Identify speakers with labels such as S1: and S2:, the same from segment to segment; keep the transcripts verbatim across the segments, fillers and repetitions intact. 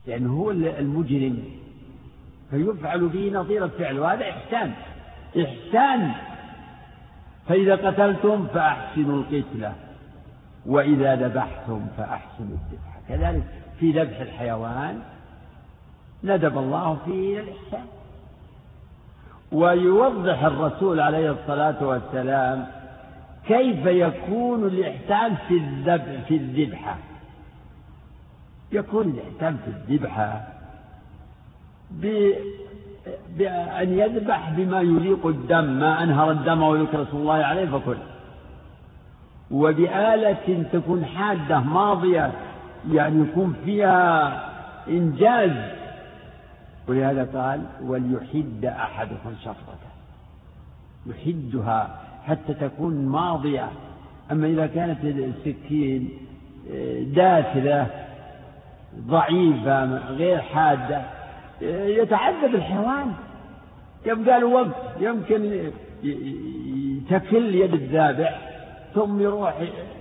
S1: لأنه هو المجرم فيفعل به نظير الفعل، وهذا إحسان إحسان. فإذا قتلتم فأحسنوا القتلة وإذا ذبحتم فأحسنوا الذبح. كذلك في ذبح الحيوان ندب الله فيه الإحسان. ويوضح الرسول عليه الصلاة والسلام كيف يكون الإحسان في الذبح في الذبحة. يكون الإحسان في الذبحة بأن يذبح بما يليق الدم، ما أنهر الدم وذكر رسول الله عليه فكل، وبآلة تكون حادة ماضية يعني يكون فيها إنجاز. ولهذا قال وليحد أحدكم شفرته، يحدها حتى تكون ماضية. أما إذا كانت السكين داخلة ضعيفة غير حادة يتعذب الحيوان، يبقى له وقت، يمكن تكل يد الذابح ثم يروح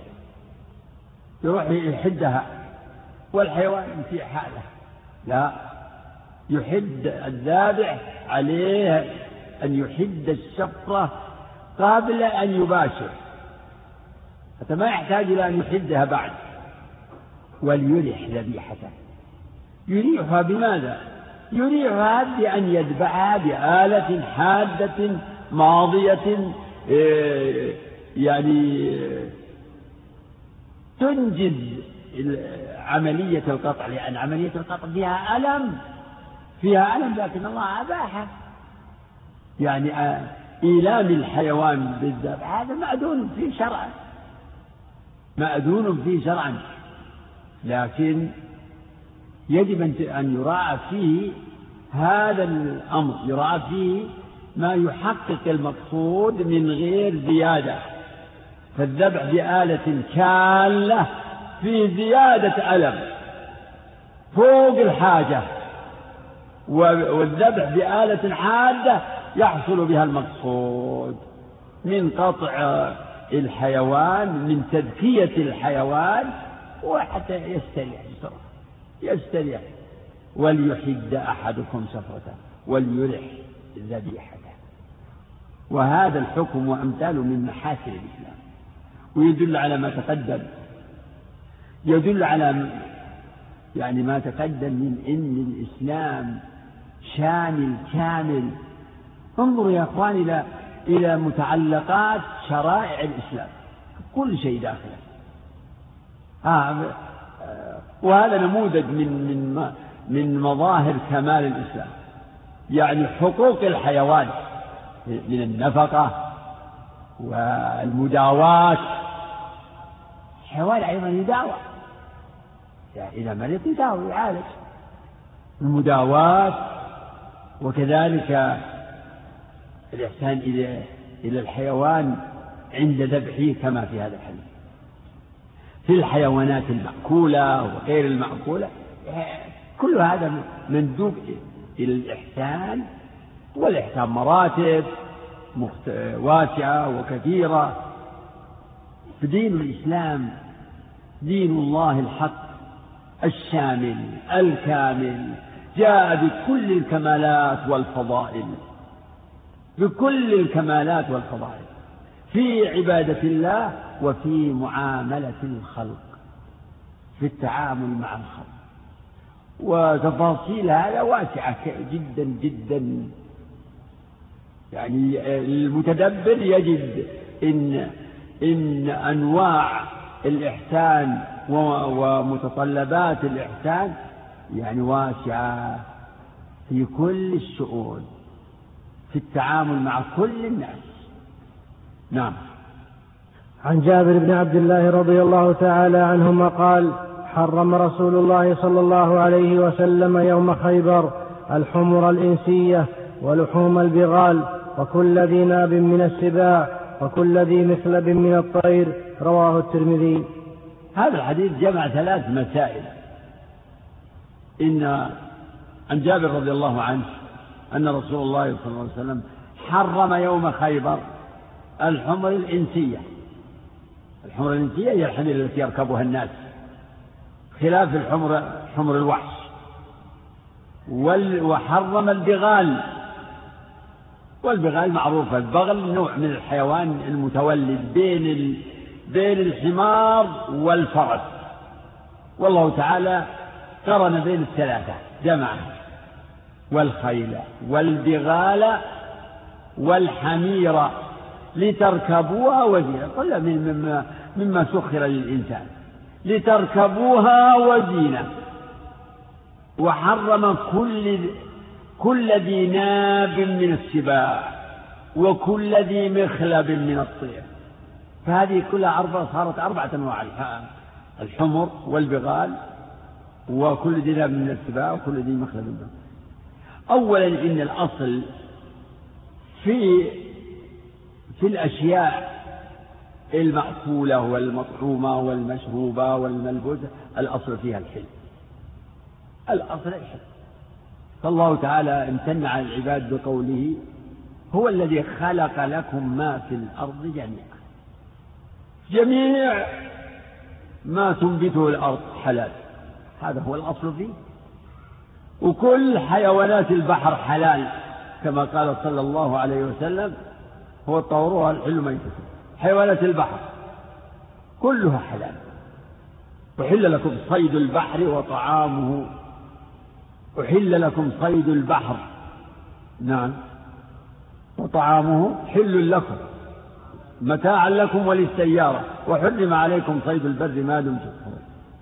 S1: يروح يحدها والحيوان في حاله. لا، يحد الذابح عليه أن يحد الشفرة قبل أن يباشر، حتى ما يحتاج إلى أن يحدها بعد. وليرح ذبيحته، يريحها بماذا؟ يريحها بأن يذبحها بآلة حادة ماضية يعني تنجز عملية القطع، لأن عملية القطع فيها ألم فيها ألم لكن الله أباحه. يعني إيلام الحيوان بالذبح هذا مأذون فيه شرعا، مأذون فيه شرعا، لكن يجب أن يراعى فيه هذا الأمر، يراعى فيه ما يحقق المقصود من غير زيادة. فالذبح بآلة كالة في زيادة ألم فوق الحاجة، والذبح بآلة حادة يحصل بها المقصود من قطع الحيوان، من تذكية الحيوان، وحتى يستريح بسرعة يستريح. وليحد أحدكم شفرته وليرح ذبيحته. وهذا الحكم وأمثاله من محاسن الإسلام، ويدل على ما تقدم، يدل على يعني ما تقدم من إن الإسلام شامل كامل. انظروا يا أخوان إلى إلى متعلقات شرائع الإسلام، كل شيء داخله. آه وهذا نموذج من من من مظاهر كمال الإسلام. يعني حقوق الحيوان من النفقة والمداواة. الحيوان أيضا يداوى، يعني إذا مرض يداوى يعالج، المداواة. وكذلك الإحسان إلى إلى الحيوان عند ذبحه كما في هذا الحديث. في الحيوانات المأكولة وغير المأكولة كل هذا مندوب إلى الإحسان. والإحسان مراتب واسعة وكثيرة. فدين الإسلام دين الله الحق الشامل الكامل، جاء بكل الكمالات والفضائل، بكل الكمالات والفضائل في عبادة الله وفي معاملة الخلق، في التعامل مع الخلق. وتفاصيل هذا واسعة جدا جدا. يعني المتدبر يجد إن إن أنواع الإحسان ومتطلبات الإحسان يعني واسعة في كل الشؤون، في التعامل مع كل الناس. نعم.
S2: عن جابر بن عبد الله رضي الله تعالى عنهما قال: حرم رسول الله صلى الله عليه وسلم يوم خيبر الحمر الإنسية ولحوم البغال وكل ذي ناب من السباع وكل ذي مخلب من الطير. رواه الترمذي.
S1: هذا الحديث جمع ثلاث مسائل. إن عن جابر رضي الله عنه أن رسول الله صلى الله عليه وسلم حرم يوم خيبر الحمر الإنسية. الحمر الإنسية هي الحمير التي يركبها الناس، خلاف الحمر حمر الوحش وحرم البغال. والبغال معروفة، البغل نوع من الحيوان المتولد بين بين الحمار والفرس، والله تعالى قرن بين الثلاثة جمعا، والخيل والبغال والحمير لتركبوها وزينة، كل مما, مما سخر للإنسان لتركبوها وزينة. وحرم كل كل ذي ناب من السباع وكل ذي مخلب من الطير، فهذه كلها أربعة، صارت أربعة أنواع: الحمر والبغال وكل ذي ناب من السباع وكل ذي مخلب من الطير. أولا إن الأصل في في الأشياء المأكولة والمطعومة والمشروبة والملبوسة الأصل فيها الحل، الأصل الحل. فالله تعالى امتن على العباد بقوله: هو الذي خلق لكم ما في الأرض جميعا، جميع ما تنبته الأرض حلال، هذا هو الأصل فيه. وكل حيوانات البحر حلال، كما قال صلى الله عليه وسلم: هو طورها الحل ميتته. حيوانات البحر كلها حلال. أحل لكم صيد البحر وطعامه، أحل لكم صيد البحر، نعم، وطعامه حل لكم متاعا لكم وللسيارة، وحرم عليكم صيد البر ما دمتم حرما.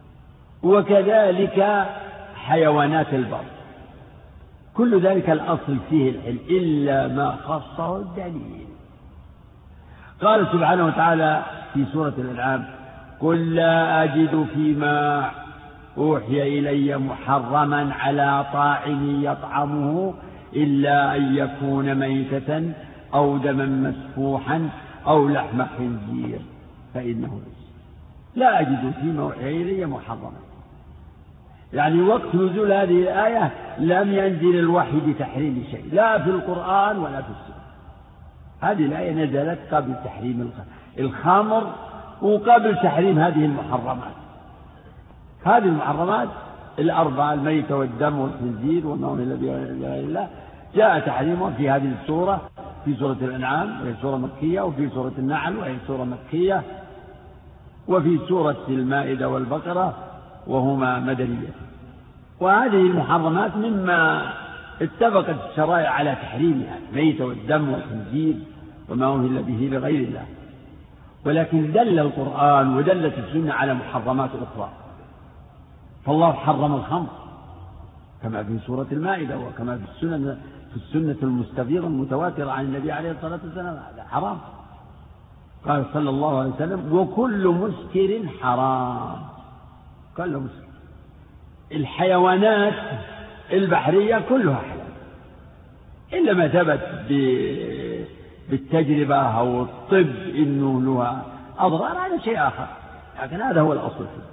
S1: وكذلك حيوانات البر كل ذلك الأصل فيه الحل إلا ما خصه الدليل. قال سبحانه وتعالى في سورة الأنعام: قل لا أجد فيما أوحي إلي محرما على طاعم يطعمه إلا أن يكون ميتة أو دما مسفوحا أو لحم خنزير فإنه رجس. لا أجد فيما أوحي إلي محرما، يعني وقت نزول هذه الآية لم ينزل الوحي بتحريم شيء، لا في القرآن ولا في السنة. هذه الآية نزلت قبل تحريم الخمر وقبل تحريم هذه المحرمات. هذه المحرمات الأربعة: الميتة والدم والخنزير وما أهل لغير الله، جاء تحريمها في هذه السورة، في سورة الأنعام وهي سورة مكية، وفي سورة النحل وهي سورة مكية، وفي سورة المائدة والبقرة وهما مدنية. وهذه المحرمات مما اتفقت الشرائع على تحريمها: الميتة والدم والخنزير وما أهل به لغير الله. ولكن دل القرآن ودلت السنة على محرمات أخرى. فالله حرم الخمر كما في سورة المائدة، وكما في السنة في السنة المستفيضة المتواترة عن النبي عليه الصلاة والسلام: هذا حرام. قال صلى الله عليه وسلم: وكل مسكر حرام. كل مسكر. الحيوانات البحرية كلها حلال إلا ما ثبت بالتجربة أو الطب إنه لها أضرار، هذا شيء آخر، لكن هذا هو الأصل فيه.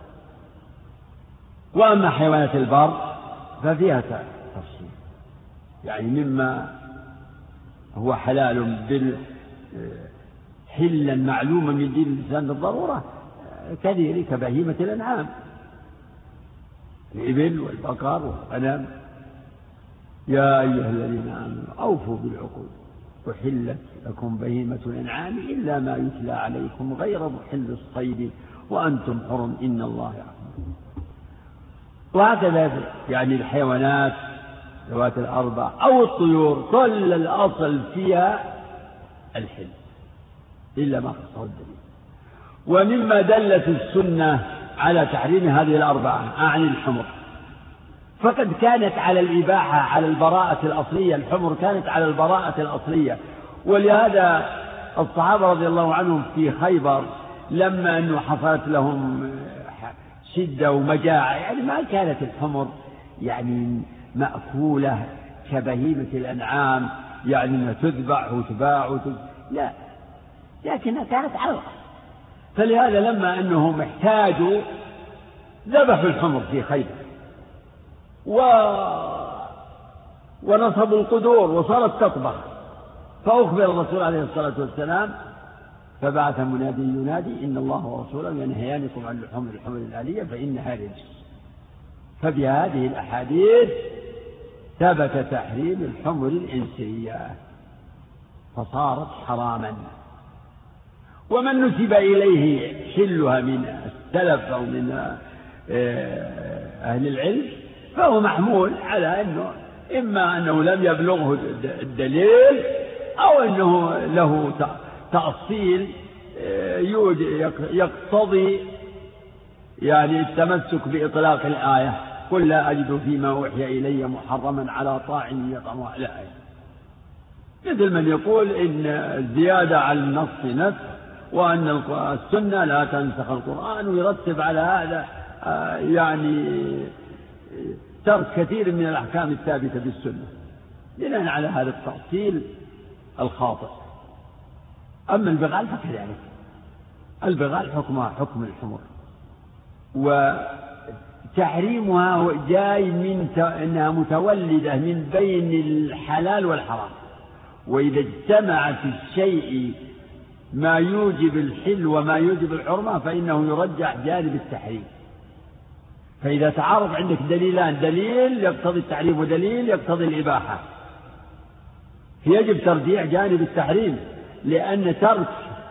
S1: وأما حيوانات البر ففيها تفصيل، يعني مما هو حلال حلا معلوما من دين الإنسان بالضرورة كذلك كبهيمة الأنعام: الإبل والبقر والغنم. يا أيها الذين آمنوا أوفوا بالعقود أحلت لكم بهيمة الأنعام إلا ما يتلى عليكم غير محل الصيد وأنتم حرم إن الله يعلم. وهكذا يعني الحيوانات ذوات الأربع أو الطيور كل الأصل فيها الحل إلا ما خصه الدليل. ومما دلت السنة على تحريم هذه الأربعة أعني الحمر، فقد كانت على الإباحة على البراءة الأصلية. الحمر كانت على البراءة الأصلية، ولهذا الصحابة رضي الله عنهم في خيبر لما أنه حصلت لهم شدة ومجاعة، يعني ما كانت الحمر يعني مأكولة كبهيمة الأنعام، يعني أنها تذبح وتباع وتذبح. لا، لكنها كانت على الأصل. فلهذا لما أنهم احتاجوا ذبحوا الحمر في خيبر و... ونصبوا القدور وصارت تطبخ، فأخبر الرسول عليه الصلاة والسلام فبعث منادي ينادي: إن الله ورسوله ينهيانكم عن لحوم الحمر الآلية فإنها رجس. فبهذه الأحاديث ثبت تحريم الحمر الإنسية فصارت حراما. ومن نسب إليه حلها من السلف أو من أهل العلم فهو محمول على أنه إما أنه لم يبلغه الدليل أو أنه له تأصيل يقتضي يعني التمسك بإطلاق الآية قل لا أجد فيما أوحي إلي محرما على طاعم يطعمه الآية، مثل من يقول إن الزيادة على النص نسخ وأن السنة لا تنسخ القرآن، ويرتب على هذا يعني ترك كثير من الأحكام الثابتة بالسنة بناء على هذا التأصيل الخاطئ. أما البغال فكذلك، البغال حكمها حكم الحمر، وتحريمها جاي من أنها متولدة من بين الحلال والحرام، وإذا اجتمع في الشيء ما يوجب الحل وما يوجب الحرمة فإنه يرجح جانب التحريم. فإذا تعارض عندك دليلان، دليل يقتضي التحريم ودليل يقتضي الإباحة، يجب ترجيح جانب التحريم، لأن ترك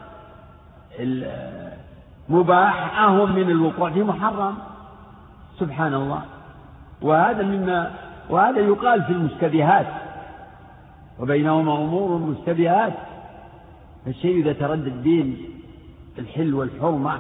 S1: المباح أهم من الوقوع في محرم. سبحان الله. وهذا مما وهذا يقال في المشتبهات، وبينهما أمور مشتبهات. الشيء إذا تردد بين الحل والحرمة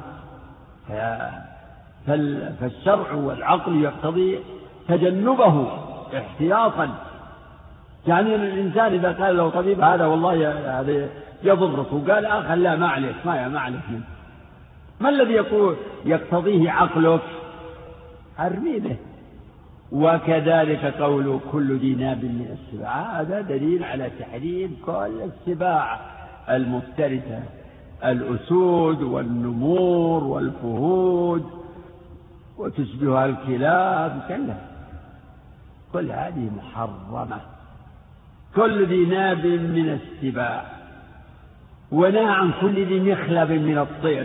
S1: فالشرع والعقل يقتضي تجنبه احتياطا. يعني الإنسان إذا قال له طبيب هذا والله هذا يضرك، وقال آخر لا ما عليك ما ما عليك منه، ما الذي يقول يقتضيه عقلك؟ أرمي به. وكذلك قول كل ذي ناب من السباع، هذا دليل على تحريم كل السباع المفترسة، الأسود والنمور والفهود وتشبهها الكلاب كلها، كل هذه محرمة. كل ذي ناب من السباع. ونهى عن كل ذي مخلب من الطير،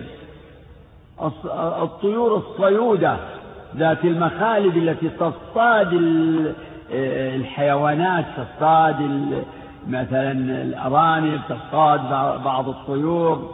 S1: الطيور الصيودة ذات المخالب التي تصطاد الحيوانات، تصطاد مثلا الأرانب، تصطاد بعض الطيور.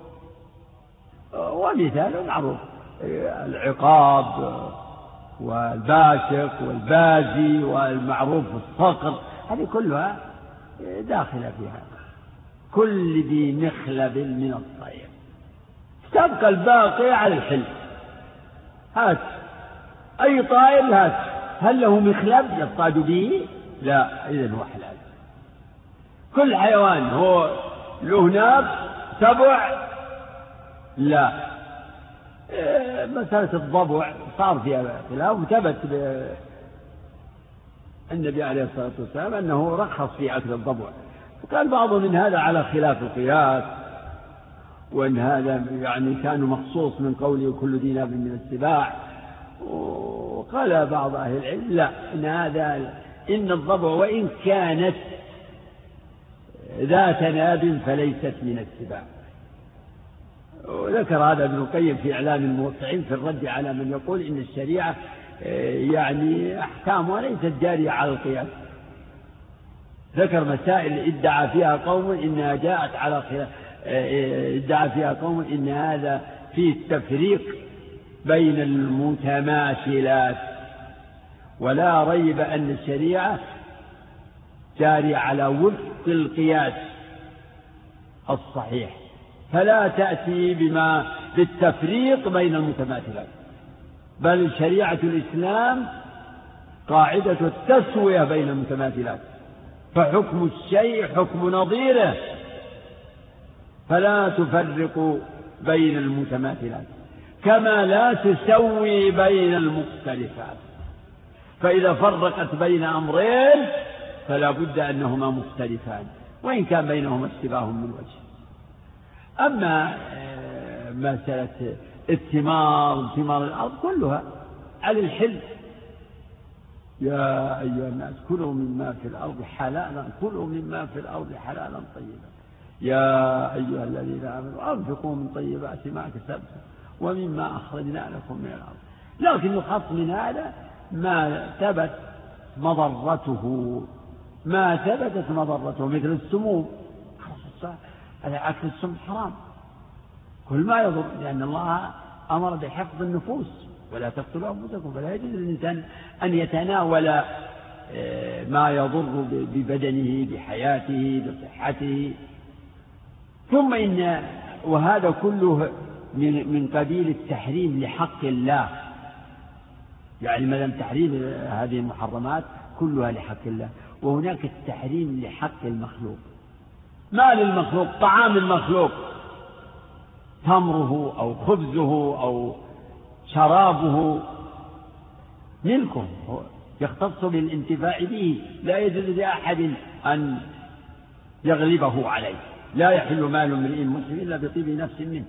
S1: ومثال معروف العقاب والباشق والبازي والمعروف الصقر، هذه كلها داخلة في هذا. كل ذي مخلب من الطير. تبقى الباقي على الحل. هات أي طائر هات، هل له مخلب يصطاد به؟ لا، إذن هو حلال. كل حيوان هو له ناب سبع؟ لا. مسألة الضبع صار فيها خلاف، وثبت النبي عليه الصلاة والسلام أنه رخص في أكل الضبع، وكان بعضهم من هذا على خلاف القياس، وأن هذا يعني كان مخصوص من قوله كل ذي ناب من السباع. وقال بعض أهل العلم لا، إن هذا إن الضبع وإن كانت ذات ناب فليست من السباع. وذكر هذا ابن القيم في إعلام الموقعين في الرد على من يقول إن الشريعة يعني أحكامها ليست جارية على القياس. ذكر مسائل ادعى فيها قوم إنها جاءت على خلاف، ادعى فيها قوم إن هذا فيه التفريق بين المتماثلات، ولا ريب أن الشريعة جارية على وفق القياس الصحيح، فلا تأتي بما بالتفريق بين المتماثلات، بل شريعة الإسلام قاعدة التسوية بين المتماثلات، فحكم الشيء حكم نظيره، فلا تفرق بين المتماثلات كما لا تسوي بين المختلفات. فإذا فرقت بين أمرين فلا بد أنهما مختلفان وإن كان بينهما اشتباه من وجه. أما مسألة الثمار ثمار الأرض كلها على الحل. يا أيها الناس كلوا مما في الأرض حلالا كلوا مما في الأرض حلالا طيبا يا أيها الذين آمنوا أنفقوا من طيبات ما كسبتم ومما أخرجنا لكم من الأرض. لكن يخص من هذا ما ثبت مضرته ما ثبتت مضرته مثل السموم، أكل السم حرام كل ما يضر، لأن الله أمر بحفظ النفوس ولا تقتلوا أنفسكم، فلا يجوز للإنسان أن يتناول ما يضر ببدنه بحياته بصحته. ثم إن وهذا كله من قبيل التحريم لحق الله، يعني ما دام تحريم هذه المحرمات كلها لحق الله، وهناك التحريم لحق المخلوق. ما للمخلوق طعام المخلوق تمره أو خبزه أو شرابه ملكه يختص بالانتفاع به، لا يجوز لأحد أن يغلبه عليه، لا يحل مال امرئ مسلم إلا بطيب نفس منه.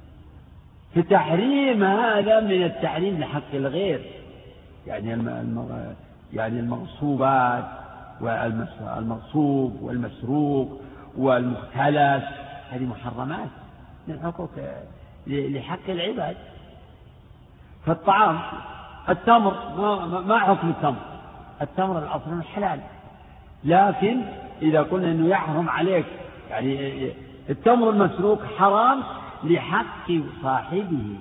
S1: فتحريم هذا من التحريم لحق الغير، يعني يعني المغصوبات والمغصوب والمسروق والمختلس هذه محرمات من حقوق لحق العباد. فالطعام التمر ما حكم التمر؟ التمر الأصل حلال، لكن إذا قلنا أنه يحرم عليك، يعني التمر المسروق حرام لحق صاحبه،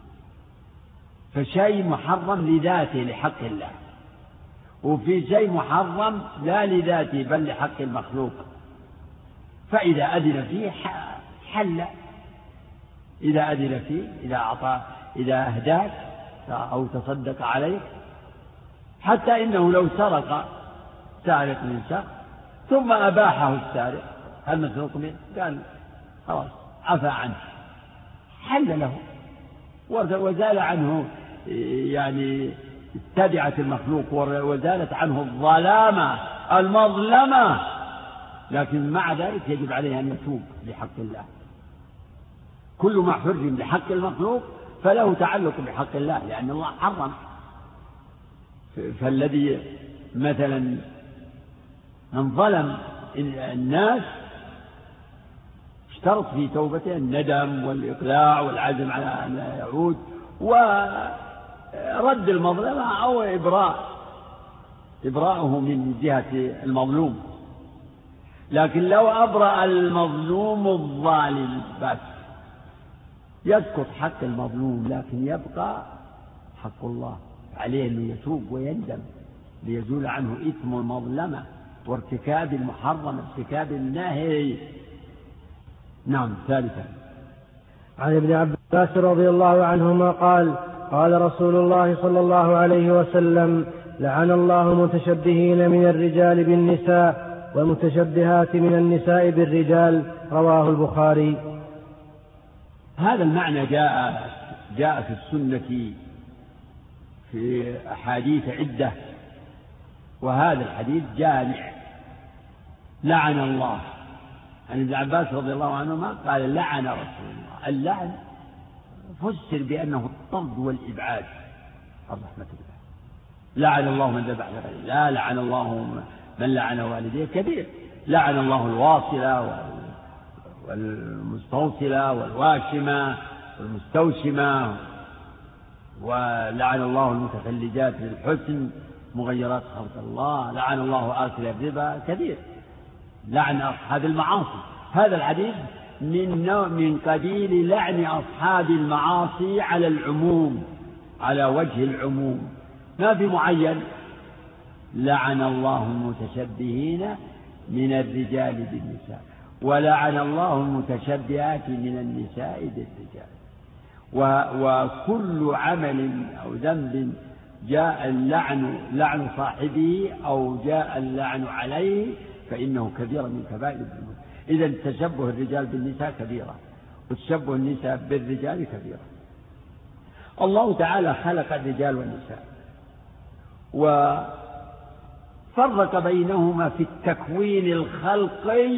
S1: فشيء محرم لذاته لحق الله، وفي شيء محرم لا لذاته بل لحق المخلوق، فإذا أذن فيه حل، إذا أذن فيه إذا أعطى إذا أهداك أو تصدق عليك، حتى إنه لو سرق سارق من شخص ثم أباحه السارق المسروق منه قال خلاص عفى عنه حل له وزال عنه، يعني اتبعت المخلوق وزالت عنه الظلامة المظلمة، لكن مع ذلك يجب عليه أن يتوب لحق الله. كل ما حرم لحق المخلوق فله تعلق بحق الله، لأن الله حرم. فالذي مثلا من ظلم الناس اشترط في توبته الندم والإقلاع والعزم على أن لا يعود ورد المظلمة أو إبراء إبراءه من جهة المظلوم. لكن لو أبرأ المظلوم الظالم بس يسقط حق المظلوم، لكن يبقى حق الله عليه أنه يتوب ويندم ليزول عنه إثم المظلمة وارتكاب المحرم ارتكاب الناهي. نعم. ثالثا
S2: عن ابن عباس رضي الله عنهما قال قال رسول الله صلى الله عليه وسلم لعن الله المتشبهين من الرجال بالنساء والمتشبهات من النساء بالرجال، رواه البخاري.
S1: هذا المعنى جاء جاء في السنة في أحاديث عدة، وهذا الحديث جامع. لعن الله عن ابن عباس رضي الله عنهما قال لعن رسول الله. اللعن فسر بأنه الطرد والإبعاد عن رحمة الله. لعن الله من ذبح لغير الله، لعن الله من لعن والديه كبير، لعن الله الواصلة والمستوصلة والواشمة والمستوشمة، ولعن الله المتفلجات للحسن مغيرات خلق الله، لعن الله آكل الربا كثير، لعن أصحاب المعاصي. هذا الحديث من نوع من قبيل لعن أصحاب المعاصي على العموم، على وجه العموم، ما في معين. لعن الله المتشبهين من الرجال بالنساء، ولعن الله المتشبهات من النساء بالرجال. وكل عمل أو ذنب جاء اللعن لعن صاحبه أو جاء اللعن عليه فإنه كبيرة من كبائر الذنوب. إذا تشبه الرجال بالنساء كبيرة، وتشبه النساء بالرجال كبيرة. الله تعالى خلق الرجال والنساء وفرق بينهما في التكوين الخلقي.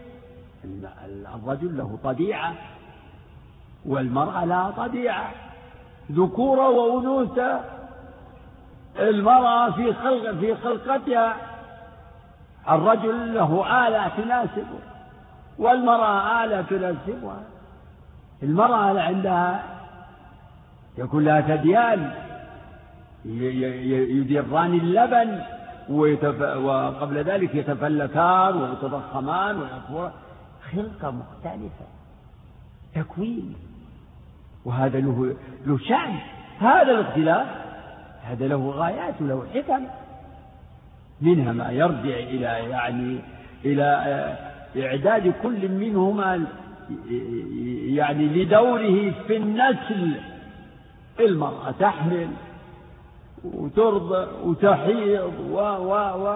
S1: الرجل له طبيعة والمرأة لها طبيعة، ذكورة وأنوثة. المرأة في خلق في خلقتها، الرجل له آلة تناسبه والمرأة آلة تناسبها. المرأة عندها يكون لها ثديان يدران اللبن ويتف... وقبل ذلك يتفلتان ويتضخمان ويكبران، خلقة مختلفة، تكوين، وهذا له له شأن. هذا الاختلاف هذا له غايات وله حكم، منها ما يرجع إلى يعني إلى إعداد كل منهما يعني لدوره في النسل. المرأة تحمل وترضع وتحيض و و و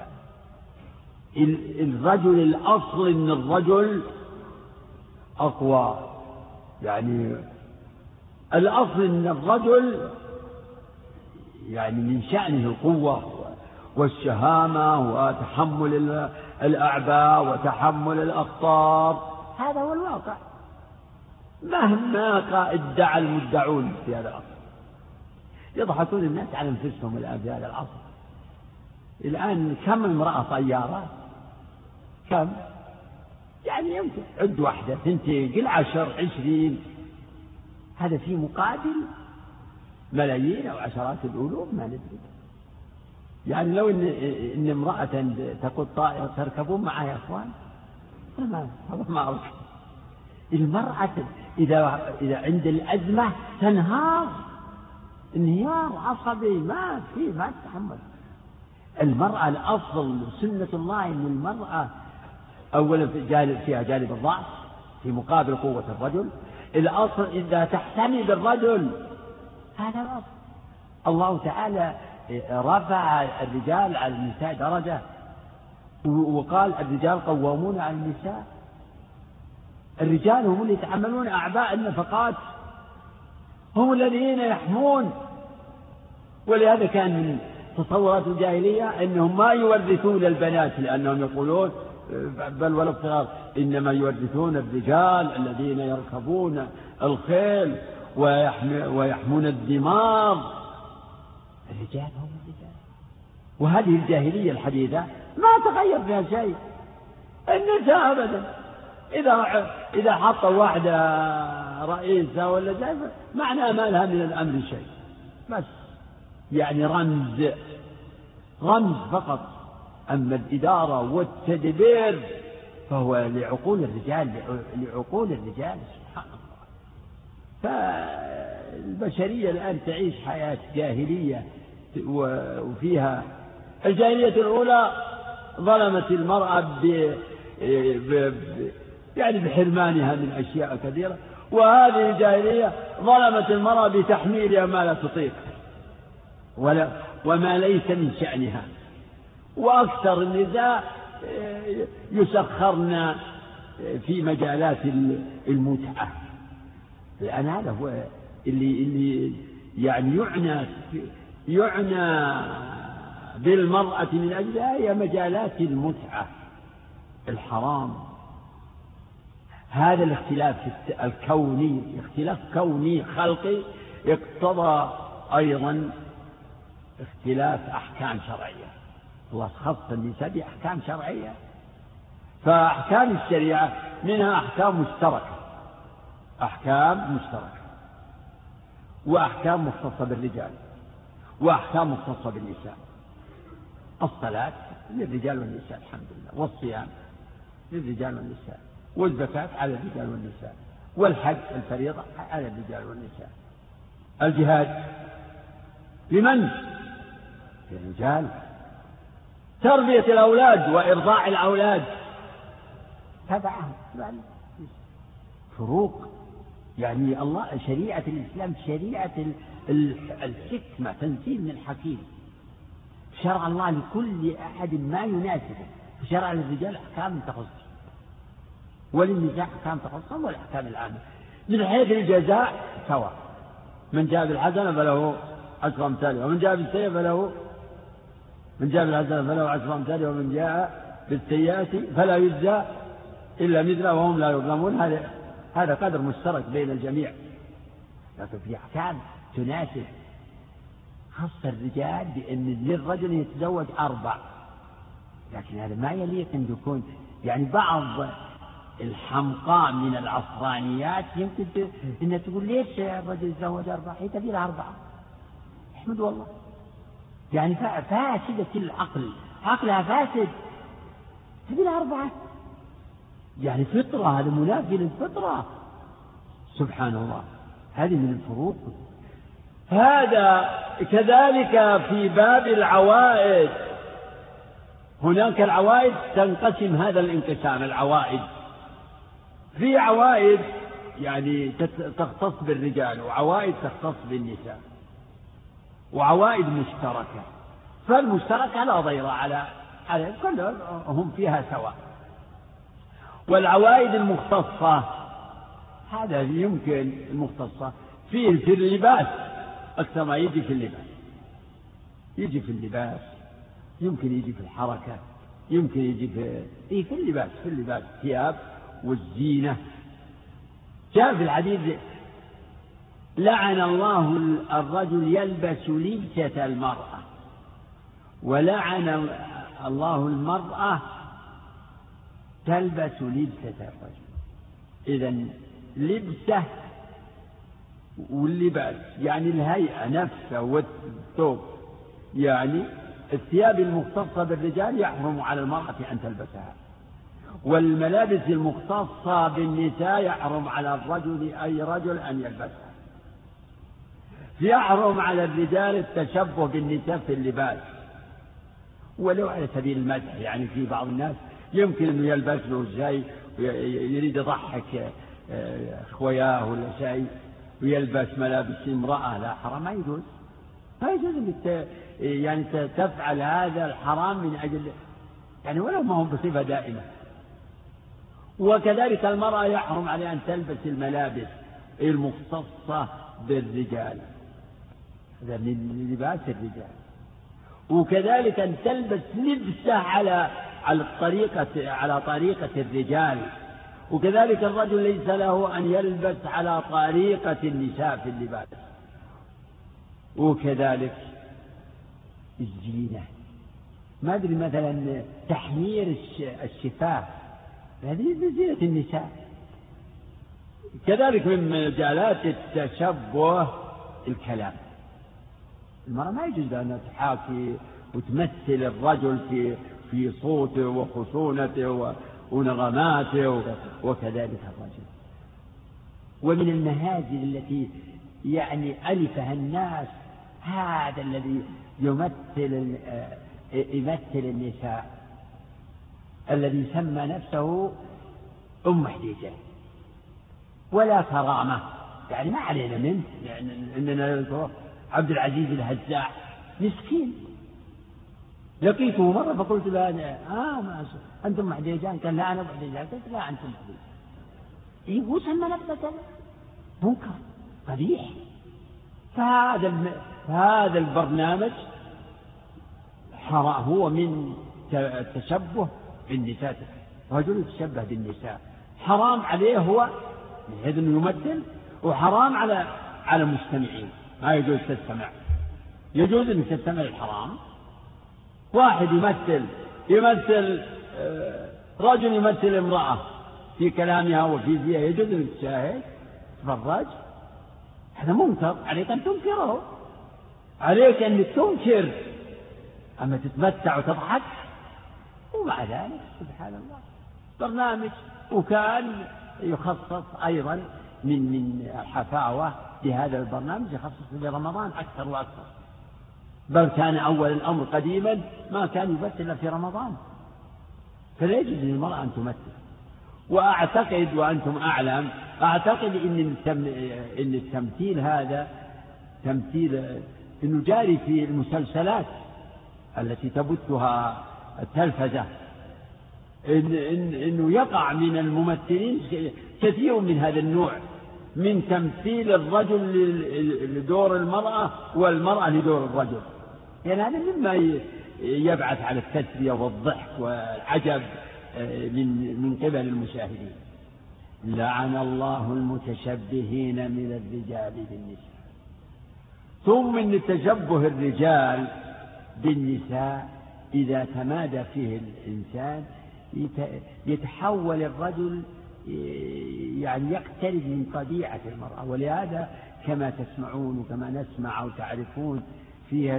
S1: الرجل الأصل إن الرجل أقوى، يعني الأصل إن الرجل يعني من شأنه القوة والشهامة وتحمل الأعباء وتحمل الأخطار. هذا هو الواقع مهما ادعى المدعون في هذا العصر. يضحكون الناس على أنفسهم الآن في هذا العصر. الآن كم امرأة طيارات؟ كم؟ يعني يمكن عد واحدة ثنتين قل عشر عشرين، هذا في مقابل ملايين أو عشرات الألوف ما ندري. يعني لو إن, إن امرأة تقود طائرة تركبون معها يا أخوان؟ ما ما أعرف. المرأة إذا إذا عند الأزمة تنهار انهيار عصبي ما في ما تتحمل. المرأة الأصل سنة الله إن المرأة أولا فيها جانب الضعف في مقابل قوة الرجل. الأصل إذا تحتمي بالرجل، هذا الأصل. الله تعالى رفع الرجال على النساء درجة وقال الرجال قوامون على النساء. الرجال هم اللي يتحملون أعباء النفقات، هم الذين يحمون. ولهذا كان من تصورات الجاهلية أنهم ما يورثون البنات، لأنهم يقولون بل ولا الصغار إنما يورثون الرجال الذين يركبون الخيل ويحمون الدمار. الرجال هم الرجال. وهذه الجاهلية الحديثة ما تغير فيها شيء. النساء أبدا إذا إذا حط واحدة رئيسة ولا زي معنى ما لها من الأمر شيء، بس يعني رمز رمز فقط. أما الإدارة والتدبير فهو لعقول الرجال لعقول الرجال سبحان الله. فالبشرية الآن تعيش حياة جاهلية، وفيها الجاهلية الأولى ظلمت المرأة ب يعني بحرمانها من أشياء كثيرة، وهذه الجاهلية ظلمت المرأة بتحميلها ما لا تطيق ولا وما ليس من شأنها. وأكثر النساء يسخرن في مجالات المتعة. الآن هذا هو اللي اللي يعني يعنى يعنى بالمرأة من أجلها هي مجالات المتعة الحرام. هذا الاختلاف الكوني اختلاف كوني خلقي اقتضى أيضا اختلاف أحكام شرعية. الله خص النساء بأحكام شرعية، فأحكام الشريعة منها أحكام مشتركة أحكام مشتركة وأحكام مختصة بالرجال وأحكام مختصة بالنساء. الصلاة للرجال والنساء الحمد لله، والصيام للرجال والنساء، والزكاة على الرجال والنساء، والحج الفريضة على الرجال والنساء. الجهاد لمن؟ للرجال. تربية الأولاد وإرضاع الأولاد تبعهم فروق. يعني الله شريعة الإسلام شريعة الحكمة، تنزيل من الحكيم. شرع الله لكل أحد ما يناسبه. شرع للرجال أحكام تخص، وللنساء أحكام تخصهم والأحكام العامة. من حيث الجزاء سواء، من جاء بالحسنة فله عشر أمثالها، ومن جاء بالسيئة فله من جاء بالحسنة فله عشر أمثالها، ومن جاء بالسيئة فلا يجزى إلا مثله وهم لا يظلمون. هذا هذا قدر مشترك بين الجميع، لكن في أحكام تناسب. خص الرجال بأن للرجل يتزوج أربع، لكن هذا ما يليق أن يكون. يعني بعض الحمقاء من العصرانيات يمكن أن تقول ليش الرجل يتزوج أربع؟ هي تبي لها أربعة، احمد والله. يعني فاسدة العقل، عقلها فاسد. هذه الأربعة يعني فطرة، هذا منافي للفطرة. سبحان الله، هذه من الفروق. هذا كذلك في باب العوائد، هناك العوائد تنقسم هذا الانقسام. العوائد في عوائد يعني تختص بالرجال، وعوائد تختص بالنساء، وعوائد مشتركة. فالمشتركة لا ضير على على كلهم فيها سواء. والعوائد المختصة هذا يمكن المختصة فيه في اللباس أكثر ما يجي في اللباس، يجي في اللباس، يمكن يجي في الحركة، يمكن يجي في إيه في اللباس، في اللباس الثياب والزينة. جاء في الحديث لعن الله الرجل يلبس لبسة المرأة، ولعن الله المرأة تلبس لبسة الرجل. إذن لبسة واللباس يعني الهيئة نفسه والثوب، يعني الثياب المختصة بالرجال يحرم على المرأة أن تلبسها، والملابس المختصة بالنساء يحرم على الرجل أي رجل أن يلبسها. يحرم على الرجال التشبه بالنساء في اللباس، ولو على سبيل المدح. يعني في بعض الناس يمكن أنه يلبس له شيء يريد يضحك خوياه ولا شيء ويلبس ملابس امرأة، لا حرام، ما يجوز، ما يجوز أنك يعني تفعل هذا الحرام من أجل يعني ولو ما هم بصفة دائمة. وكذلك المرأة يحرم عليها أن تلبس الملابس المختصة بالرجال، هذا من لباس الرجال. وكذلك أن تلبس لبسة على على الطريقة على طريقة الرجال. وكذلك الرجل ليس له أن يلبس على طريقة النساء في اللباس. وكذلك الزينة، ما أدري مثلا تحمير الشفاه، هذه من زينة النساء. كذلك من مجالات التشبه الكلام، المرأة ما يجوز لها أن تحاكي وتمثل الرجل في في صوته وخشونته ونغماته، وكذلك الرجل. ومن المهازل التي يعني ألفها الناس هذا الذي يمثل يمثل النساء، الذي سمى نفسه أم حديجة ولا كرامة، يعني ما علينا منه، يعني إننا نذكر عبد العزيز الهزاع مسكين. لقيته مرة فقلت له آه ما أنتم محديجان؟ قال لا أنا محديجان. قلت لا أنتم محديجان. إيه هو سمى نفسه كذا، منكر قبيح. فهذا الم... هذا البرنامج حرام، هو من التشبه بالنساء. رجل يتشبه بالنساء حرام عليه هو من حيث أنه يمثل، وحرام على على المستمعين، ما يجوز تستمع. يجوز أن تستمع الحرام. واحد يمثل يمثل رجل يمثل امرأة في كلامها وفي زيها، يجوز أن تشاهد تفرج، هذا منكر، عليك أن تنكره، عليك أن تنكر. أما تتمتع وتضحك. ومع ذلك سبحان الله برنامج، وكان يخصص أيضا من من الحفاوة بهذا البرنامج، يخصص لرمضان أكثر وأكثر، بل كان أول الأمر قديما ما كان يمثل إلا في رمضان. فلا يجوز للمرأة أن تمثل. وأعتقد وأنتم أعلم، أعتقد إن إن التمثيل هذا تمثيل إنه جاري في المسلسلات التي تبثها التلفزة، إن إن إنه يقع من الممثلين كثير من هذا النوع، من تمثيل الرجل لدور المرأة والمرأة لدور الرجل. يعني هذا مما يبعث على التسلية والضحك والعجب من من قبل المشاهدين. لعن الله المتشبهين من الرجال بالنساء. ثم من تشبه الرجال بالنساء إذا تمادى فيه الإنسان يتحول الرجل يعني يقترب من طبيعة المرأة. ولهذا كما تسمعون وكما نسمع أو تعرفون فيها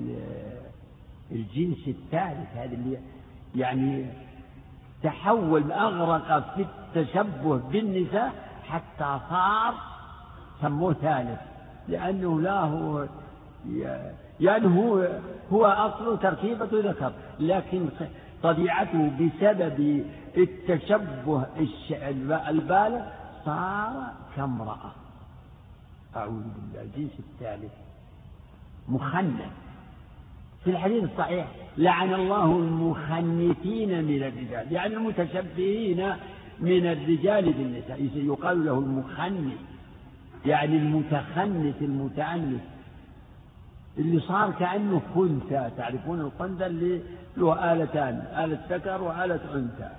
S1: الجنس الثالث، هذا اللي يعني تحول أغرق في التشبه بالنساء حتى صار سموه ثالث، لأنه لا هو يعني هو هو أصل تركيبة ذكر، لكن طبيعته بسبب التشبه البالغ صار كامرأة. أعوذ بالله، الجنس الثالث مخنث. في الحديث الصحيح لعن الله المخنثين من الرجال، يعني المتشبهين من الرجال بالنساء، يقال له المخنث، يعني المتخنث المتعنث اللي صار كأنه خنثى. تعرفون الخنثى اللي له آلتان، آلة ذكر وآلة أنثى.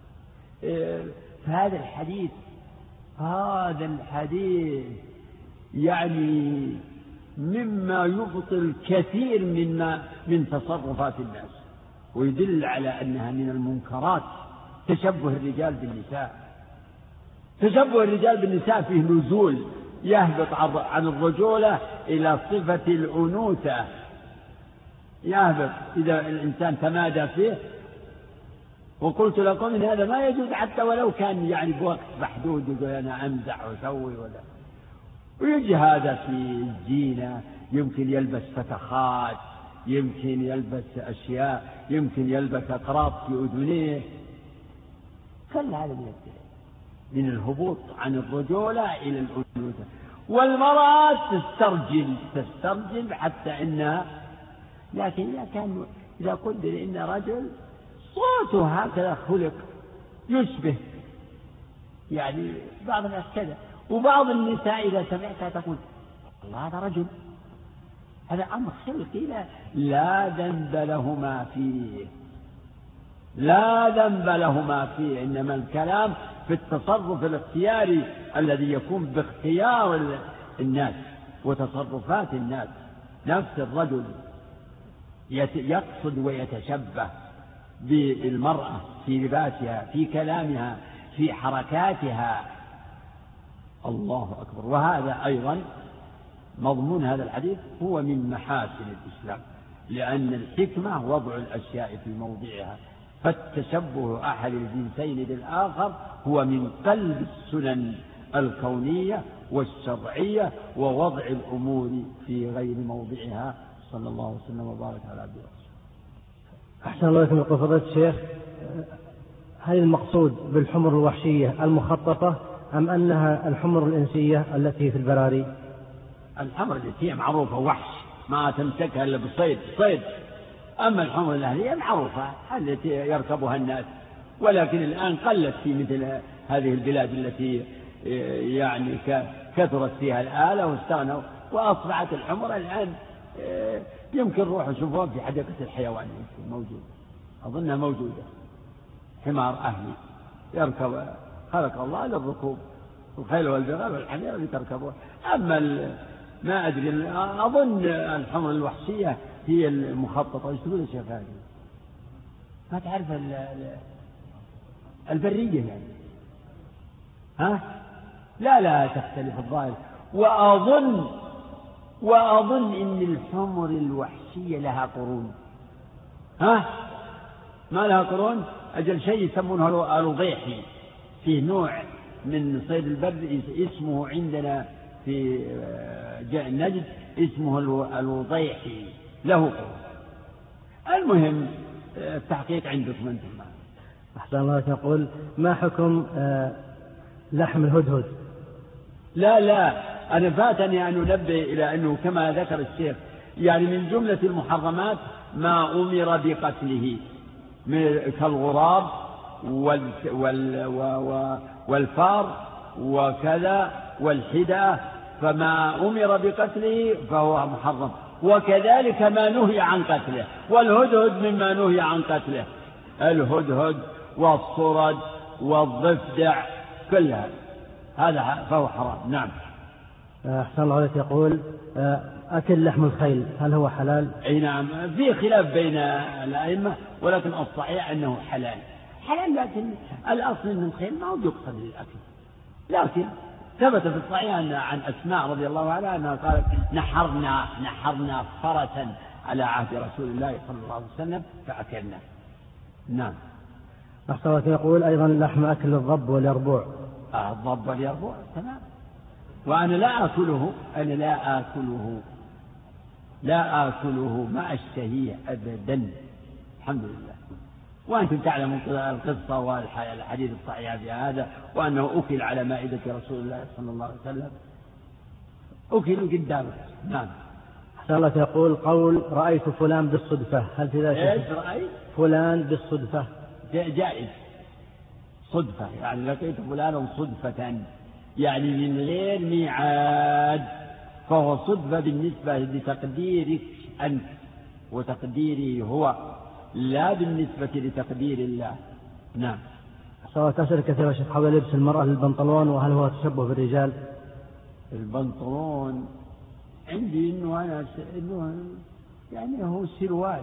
S1: فهذا الحديث هذا الحديث يعني مما يبطل كثير مما من تصرفات الناس، ويدل على أنها من المنكرات تشبه الرجال بالنساء. تشبه الرجال بالنساء فيه نزول يهبط عن الرجولة إلى صفة الأنوثة، يهبط إذا الإنسان تمادى فيه. وقلت لكم إن هذا ما يجوز حتى ولو كان يعني بوقت محدود، يقول أنا أمزح وأسوي ولا. ويجي هذا في الزينة، يمكن يلبس فتخات، يمكن يلبس أشياء، يمكن يلبس أقراط في أذنيه، كل هذا من من الهبوط عن الرجولة إلى الأنوثة. والمرأة تسترجل تسترجل حتى إنها، لكن إذا كان إذا قدر إن رجل صوته هكذا خلق يشبه يعني بعض الناس كذا، وبعض النساء إذا سمعتها تقول الله هذا رجل، هذا أمر خلقي لا, لا ذنب لهما فيه، لا ذنب لهما فيه. إنما الكلام في التصرف الاختياري الذي يكون باختيار الناس وتصرفات الناس. نفس الرجل يقصد ويتشبه بالمرأة في لباسها، في كلامها، في حركاتها. الله أكبر. وهذا أيضا مضمون هذا الحديث هو من محاسن الإسلام، لأن الحكمة وضع الأشياء في موضعها، فالتشبه أحد الجنسين بالآخر هو من قلب السنن الكونية والشرعية ووضع الأمور في غير موضعها. صلى الله وسلم وبارك على عبده ورسوله.
S2: أحسن الله إليكم يقول فضيلة الشيخ، هل المقصود بالحمر الوحشية المخططة أم أنها الحمر الإنسية التي في البراري؟
S1: الحمر الإنسية معروفة وحش ما تمسكها إلا بالصيد صيد. أما الحمر الأهلية معروفة التي يركبها الناس، ولكن الآن قلت في مثل هذه البلاد التي يعني كثرت فيها الآلة واستغنوا، وأصبحت الحمر الآن يمكن روحوا شوفوها في حديقة الحيوان موجودة، أظنها موجودة، حمار أهلي يركب خلق الله للركوب، الخيل والبغال والحمير اللي تركبوها. أما ما أدري، أظن الحمر الوحشية هي المخططة. ايش تقول يا شيخ هذه؟ ما تعرف البرية يعني؟ ها؟ لا لا تختلف الظاهر. وأظن وأظن إن الحمر الوحشية لها قرون. ها؟ ما لها قرون؟ أجل شيء يسمونه الوضيحي، فيه نوع من صيد البر اسمه عندنا في نجد اسمه الوضيحي، له قرون. المهم التحقيق عندكم أنتم.
S2: أحسن الله يقول ما حكم لحم الهدهد؟
S1: لا لا أنا فاتني أن أنبه إلى أنه كما ذكر الشيخ يعني من جملة المحرمات ما أمر بقتله كالغراب والفار وكذا والحدى، فما أمر بقتله فهو محرم، وكذلك ما نهي عن قتله. والهدهد مما نهي عن قتله، الهدهد والصرد والضفدع كلها هذا فهو حرام. نعم.
S2: أحسن الله عليك يقول أكل لحم الخيل هل هو حلال؟
S1: أي نعم، في خلاف بين الأئمة، ولكن الصحيح أنه حلال حلال، لكن الأصل أن الخيل ما هو يقصد للأكل، لكن ثبت في الصحيح عن أسماء رضي الله عنها أنها قالت نحرنا نحرنا فرسا على عهد رسول الله صلى الله عليه وسلم فأكلنا. نعم.
S2: أحسن يقول أيضا لحم أكل الضب واليربوع.
S1: آه الضب واليربوع تمام. وأنا لا آكله أنا لا آكله لا آكله ما أشتهيه أبدا الحمد لله. وأنتم تعلمون القصة والحديث الصحيح في هذا، وأنه أكل على مائدة رسول الله صلى الله عليه وسلم، أكل قدامه. نعم.
S2: أحسن الله يقول قول رأيت فلان بالصدفة، هل في ذلك؟
S1: إيش رأيت؟
S2: فلان بالصدفة.
S1: جائز صدفة، يعني لقيت فلانا صدفة يعني من غير ميعاد، فهو صدفة بالنسبة لتقديرك أنت وتقديري هو، لا بالنسبة لتقدير الله. نعم.
S2: سواء تسأل كثيرا شيخ حول لبس المرأة للبنطلون، وهل هو تشبه بالرجال؟
S1: البنطلون عندي إنه أنا إنه يعني هو سروال،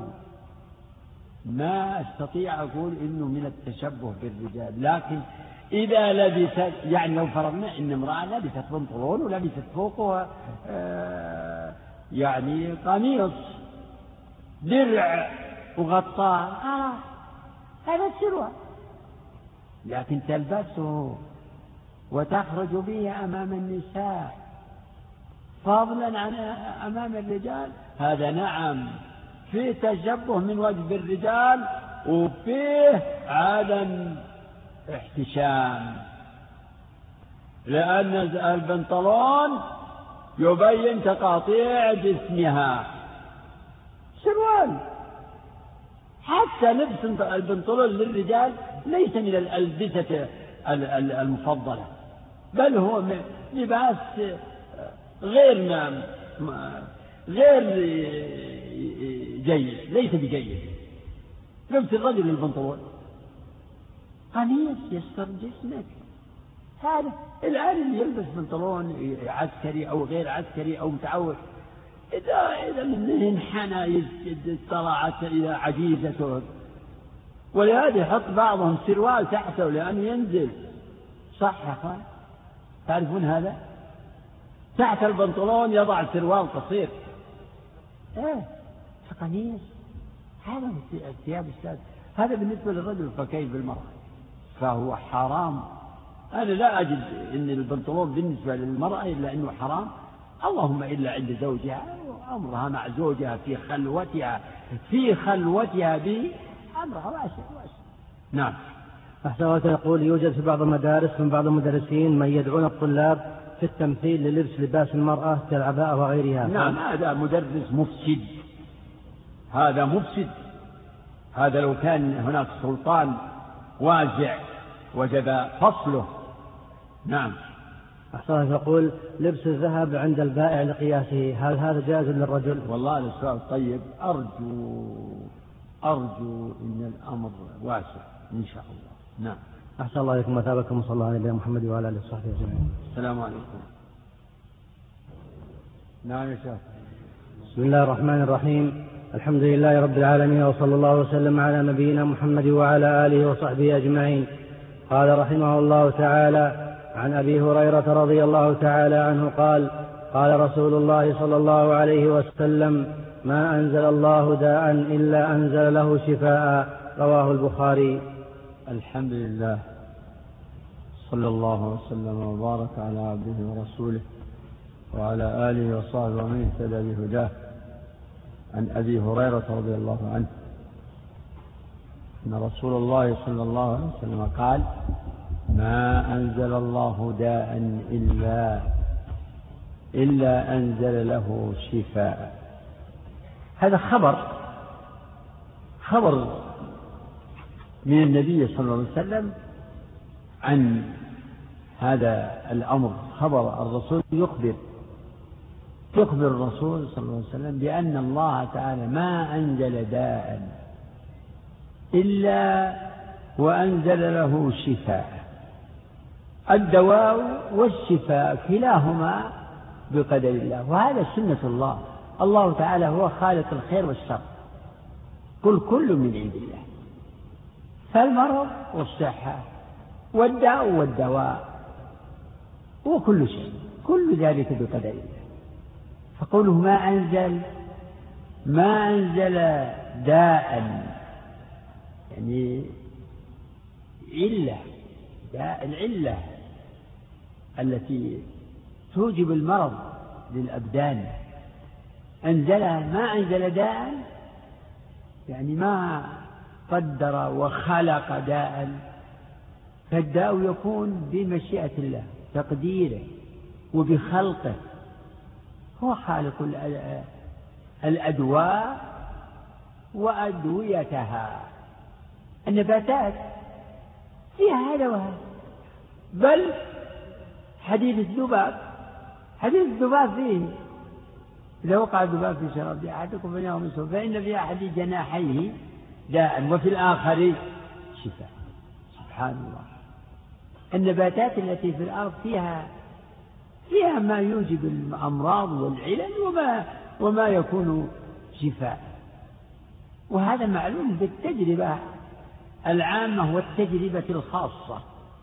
S1: ما أستطيع أقول إنه من التشبه بالرجال، لكن إذا لبست يعني لو فرضنا إن امرأة لبست بنطلون ولبست فوقها آه يعني قميص درع وغطاء آه هذا السروال، لكن تلبسه وتخرج به أمام النساء فضلا عن أمام الرجال، هذا نعم فيه تشبه من وجه الرجال وفيه عدم احتشام، لأن البنطلون يبين تقاطيع جسمها، سروال. حتى لبس البنطلون للرجال ليس من الألبسة المفضلة، بل هو لباس غير ما غير جيد، ليس بجيد. لبس الرجل للبنطلون قميص يستر جسمك، هذا الآن اللي يلبس بنطلون عسكري أو غير عسكري أو متعود إذا إذا منه انحنى طلعت إلى عجيزته، ولهذا يحط بعضهم سروال تحته لأنه ينزل. صح يا أخوان؟ تعرفون هذا؟ تحت البنطلون يضع سروال قصير، ايه قميص، هذا الثياب السادسة. هذا بالنسبة للرجل، فكيف بالمرأة؟ فهو حرام. أنا لا أجد أن البنطلون بالنسبة للمرأة إلا أنه حرام، اللهم إلا عند زوجها وأمرها مع زوجها في خلوتها في خلوتها به أمرها واسع واسع. نعم.
S2: أحسن الله يقول يوجد في بعض المدارس من بعض المدرسين من يدعون الطلاب في التمثيل للبس لباس المرأة كالعباءة وغيرها.
S1: نعم، هذا مدرس مفسد، هذا مفسد. هذا لو كان هناك سلطان واسع وجب فصله. نعم.
S2: أحسن الله يقول لبس الذهب عند البائع لقياسه، هل هذا جائز للرجل؟
S1: والله السؤال طيب، أرجو أرجو إن الأمر واسع إن شاء الله. نعم.
S2: أحسن الله إليكم وثابكم وصلى الله على نبينا محمد وعلى آله وصحبه أجمعين.
S1: السلام عليكم. نعم يا شيخ.
S2: بسم الله الرحمن الرحيم، الحمد لله رب العالمين، وصلى الله وسلم على نبينا محمد وعلى آله وصحبه أجمعين. قال رحمه الله تعالى عن أبي هريرة رضي الله تعالى عنه قال قال رسول الله صلى الله عليه وسلم ما أنزل الله داء إلا أنزل له شفاء، رواه البخاري.
S1: الحمد لله، صلى الله وسلم وبارك على عبده ورسوله وعلى آله وصحبه ومن اهتدى بهداه. عن أبي هريرة رضي الله عنه أن رسول الله صلى الله عليه وسلم قال ما أنزل الله داء إلا إلا أنزل له شفاء. هذا خبر خبر من النبي صلى الله عليه وسلم عن هذا الأمر. خبر الرسول يخبر يخبر الرسول صلى الله عليه وسلم بأن الله تعالى ما أنزل داء إلا وأنزل له شفاء. الدواء والشفاء كلاهما بقدر الله، وهذا سنة الله. الله تعالى هو خالق الخير والشر، كل كل من عند الله، فالمرض والصحة والداء والدواء
S3: هو كل شيء، كل ذلك بقدر الله. فقوله ما أنزل، ما أنزل داء، يعني علة، داء العلة التي توجب المرض للأبدان، أنزلها، ما أنزل داء يعني ما قدر وخلق داء، فالداء يكون بمشيئة الله تقديره وبخلقه، هو خالق الأدواء وأدويتها. النباتات فيها هذا وهذا، بل حديد الذباب، حديد الذباب فيه إذا وقع الذباب في شراب أحدكم فإنه مسه، فإن في أحد جناحيه داء وفي الآخر شفاء. سبحان الله. النباتات التي في الأرض فيها فيها ما يوجب الأمراض والعلل وما وما يكون شفاء، وهذا معلوم بالتجربة العامة والتجربة الخاصة.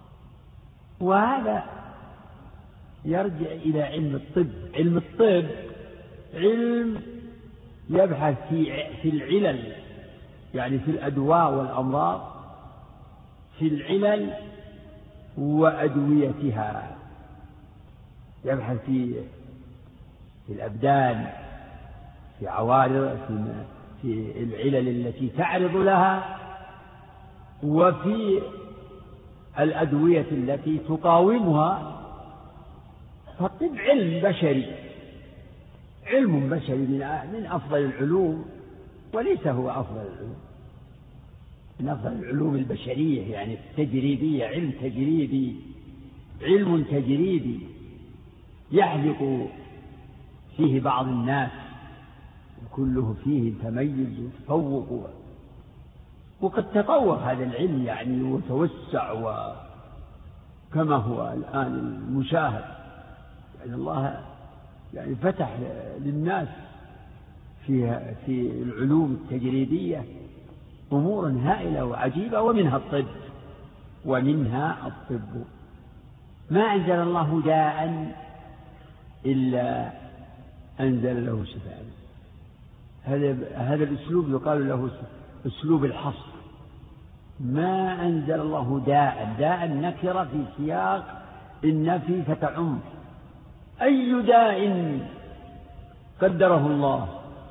S3: وهذا يرجع إلى علم الطب. علم الطب علم يبحث في في العلل، يعني في الأدواء والأمراض، في العلل وأدويتها، يبحث في في الأبدان، في عوارض، في العلل التي تعرض لها، وفي الأدوية التي تقاومها. فالطب علم بشري، علم بشري من أفضل العلوم، وليس هو أفضل العلوم، من أفضل العلوم البشرية، يعني التجريبية، علم تجريبي، علم تجريبي يحلق فيه بعض الناس وكله فيه تميز وتفوق، وقد تطور هذا العلم يعني وتوسع، وكما هو الآن المشاهد، يعني الله يعني فتح للناس في في العلوم التجريبية أمورا هائلة وعجيبة، ومنها الطب ومنها الطب. ما أنزل الله داء إلا أنزل له شفاء. هذا هذا الأسلوب يقال له أسلوب الحصر. ما أنزل الله داء، داء نكرة في سياق النفي فتعم. أي داء قدره الله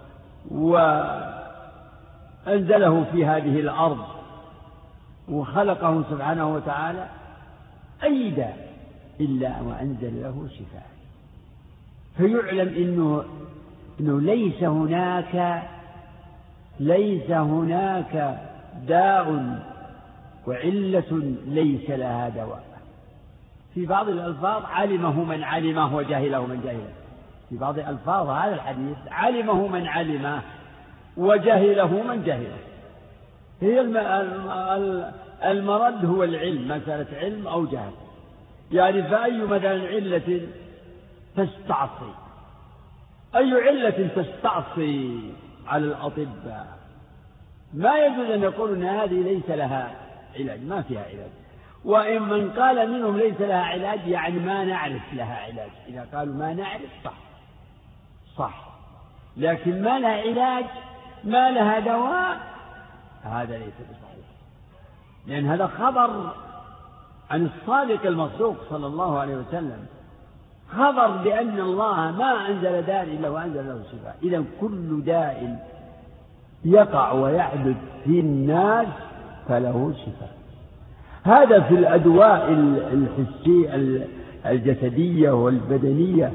S3: وأنزله في هذه الأرض وخلقه سبحانه وتعالى، أي داء إلا وأنزل له شفاء. فيعلم إنه, إنه ليس هناك ليس هناك داء وعلة ليس لها دواء. في بعض الألفاظ علمه من علمه وجهله من جهله. في بعض الألفاظ هذا الحديث علمه من علمه وجهله من جهله. هي المرد هو العلم، مسألة علم أو جهل. يعني فأي مثلا علة تستعصي، أي علة تستعصي على الأطباء، ما يجوز أن يقولوا أن هذه ليس لها علاج، ما فيها علاج. وإن من قال منهم ليس لها علاج يعني ما نعرف لها علاج. إذا قالوا ما نعرف صح صح، لكن ما لها علاج، ما لها دواء، هذا ليس بصحيح، لأن هذا خبر عن الصادق المصدوق صلى الله عليه وسلم، خبر بأن الله ما أنزل داء إلا وأنزل له شفاء. إذن كل داء يقع ويحدث في الناس فله شفاء. هذا في الأدواء الحسية الجسدية والبدنية،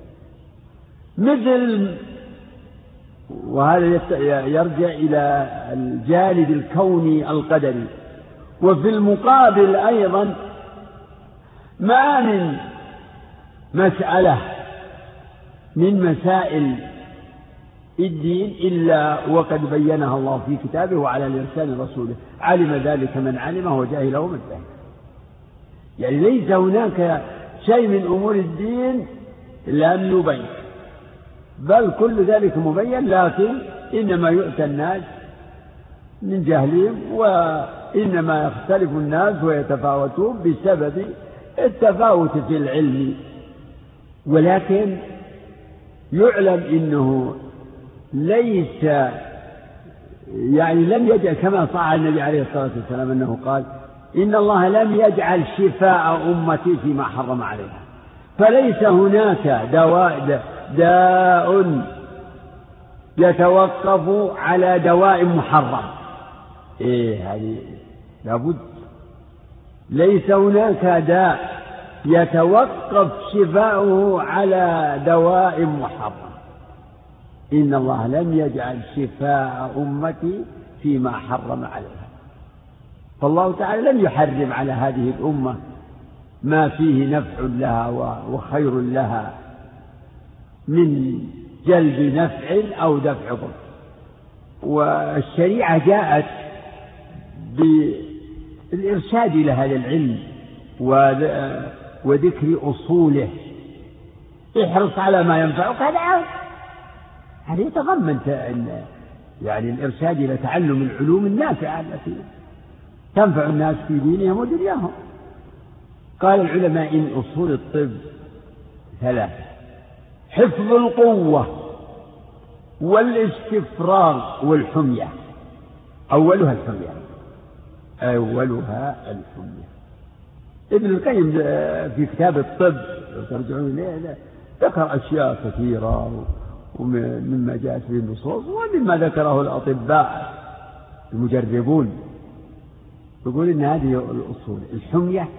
S3: مثل، وهذا يرجع إلى الجانب الكوني القدري. وفي المقابل أيضا ما من مسألة من مسائل الدين إلا وقد بينها الله في كتابه وعلى لسان رسوله، علم ذلك من علمه وجهله من جهله. يعني ليس هناك شيء من أمور الدين لم يبين، بل كل ذلك مبين، لكن إنما يؤتى الناس من جهلهم، وإنما يختلف الناس ويتفاوتون بسبب
S1: التفاوت في العلم، ولكن يعلم إنه ليس يعني لم يجعل كما صح عن النبي عليه الصلاة والسلام أنه قال إن الله لم يجعل شفاء أمتي فيما حرم عليها، فليس هناك دواء داء يتوقف على دواء محرم. إيه هذه لابد، ليس هناك داء يتوقف شفاؤه على دواء محرم. إن الله لم يجعل شفاء أمتي فيما حرم عليها، فالله تعالى لم يحرم على هذه الأمة ما فيه نفع لها وخير لها من جلب نفع أو دفع ضر. والشريعة جاءت بالإرشاد إلى هذا العلم وذكر أصوله. احرص على ما ينفعك، هذا هذا يتضمن يعني الإرشاد إلى تعلم العلوم النافعة التي تنفع الناس في دينهم ودنياهم. قال العلماء إن أصول الطب ثلاثة: حفظ القوة والاستفراغ والحمية. أولها الحمية، أولها الحمية. ابن القيم في كتاب الطب ترجعون إليه ذكر أشياء كثيرة ومما جاءت به النصوص ومما ذكره الأطباء المجربون. يقول إن هذه الأصول: الحمية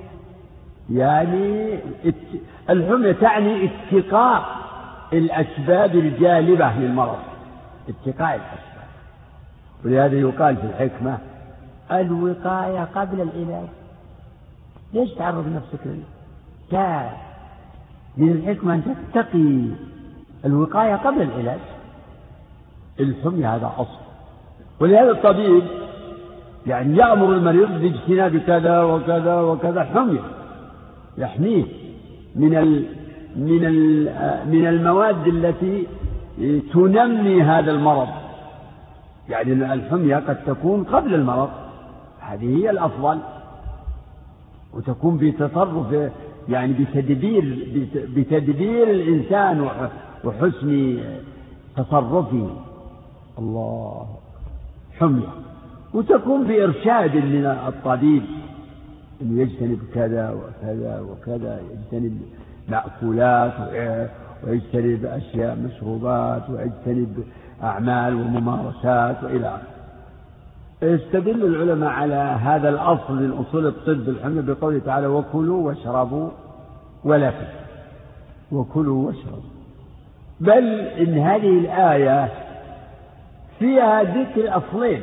S1: يعني الحمية تعني اتقاء الأسباب الجالبة للمرض، اتقاء الأسباب. ولهذا يقال في الحكمة: الوقاية قبل العلاج. ليش تعرض نفسك للعلاج؟ من الحكمة أن تتقي الوقاية قبل العلاج. الحمية هذا أصل. ولهذا الطبيب يعني يأمر المريض باجتناب كذا وكذا وكذا، حمية يحميه من ال من ال من المواد التي تنمي هذا المرض. يعني الحمية قد تكون قبل المرض، هذه هي الأفضل، وتكون بتصرف يعني بتدبير بتدبير الإنسان وحسن تصرفه. الله، حمية. وتكون بإرشاد من الطبيب أنه يجتنب كذا وكذا وكذا، يجتنب مأكولات ويجتنب أشياء مشروبات ويجتنب أعمال وممارسات وإلى آخره. استدل العلماء على هذا الأصل من أصول الطب الحمية بقوله تعالى: وكلوا واشربوا ولا تسرفوا. وكلوا واشربوا، بل إن هذه الآية فيها ذكر أصلين: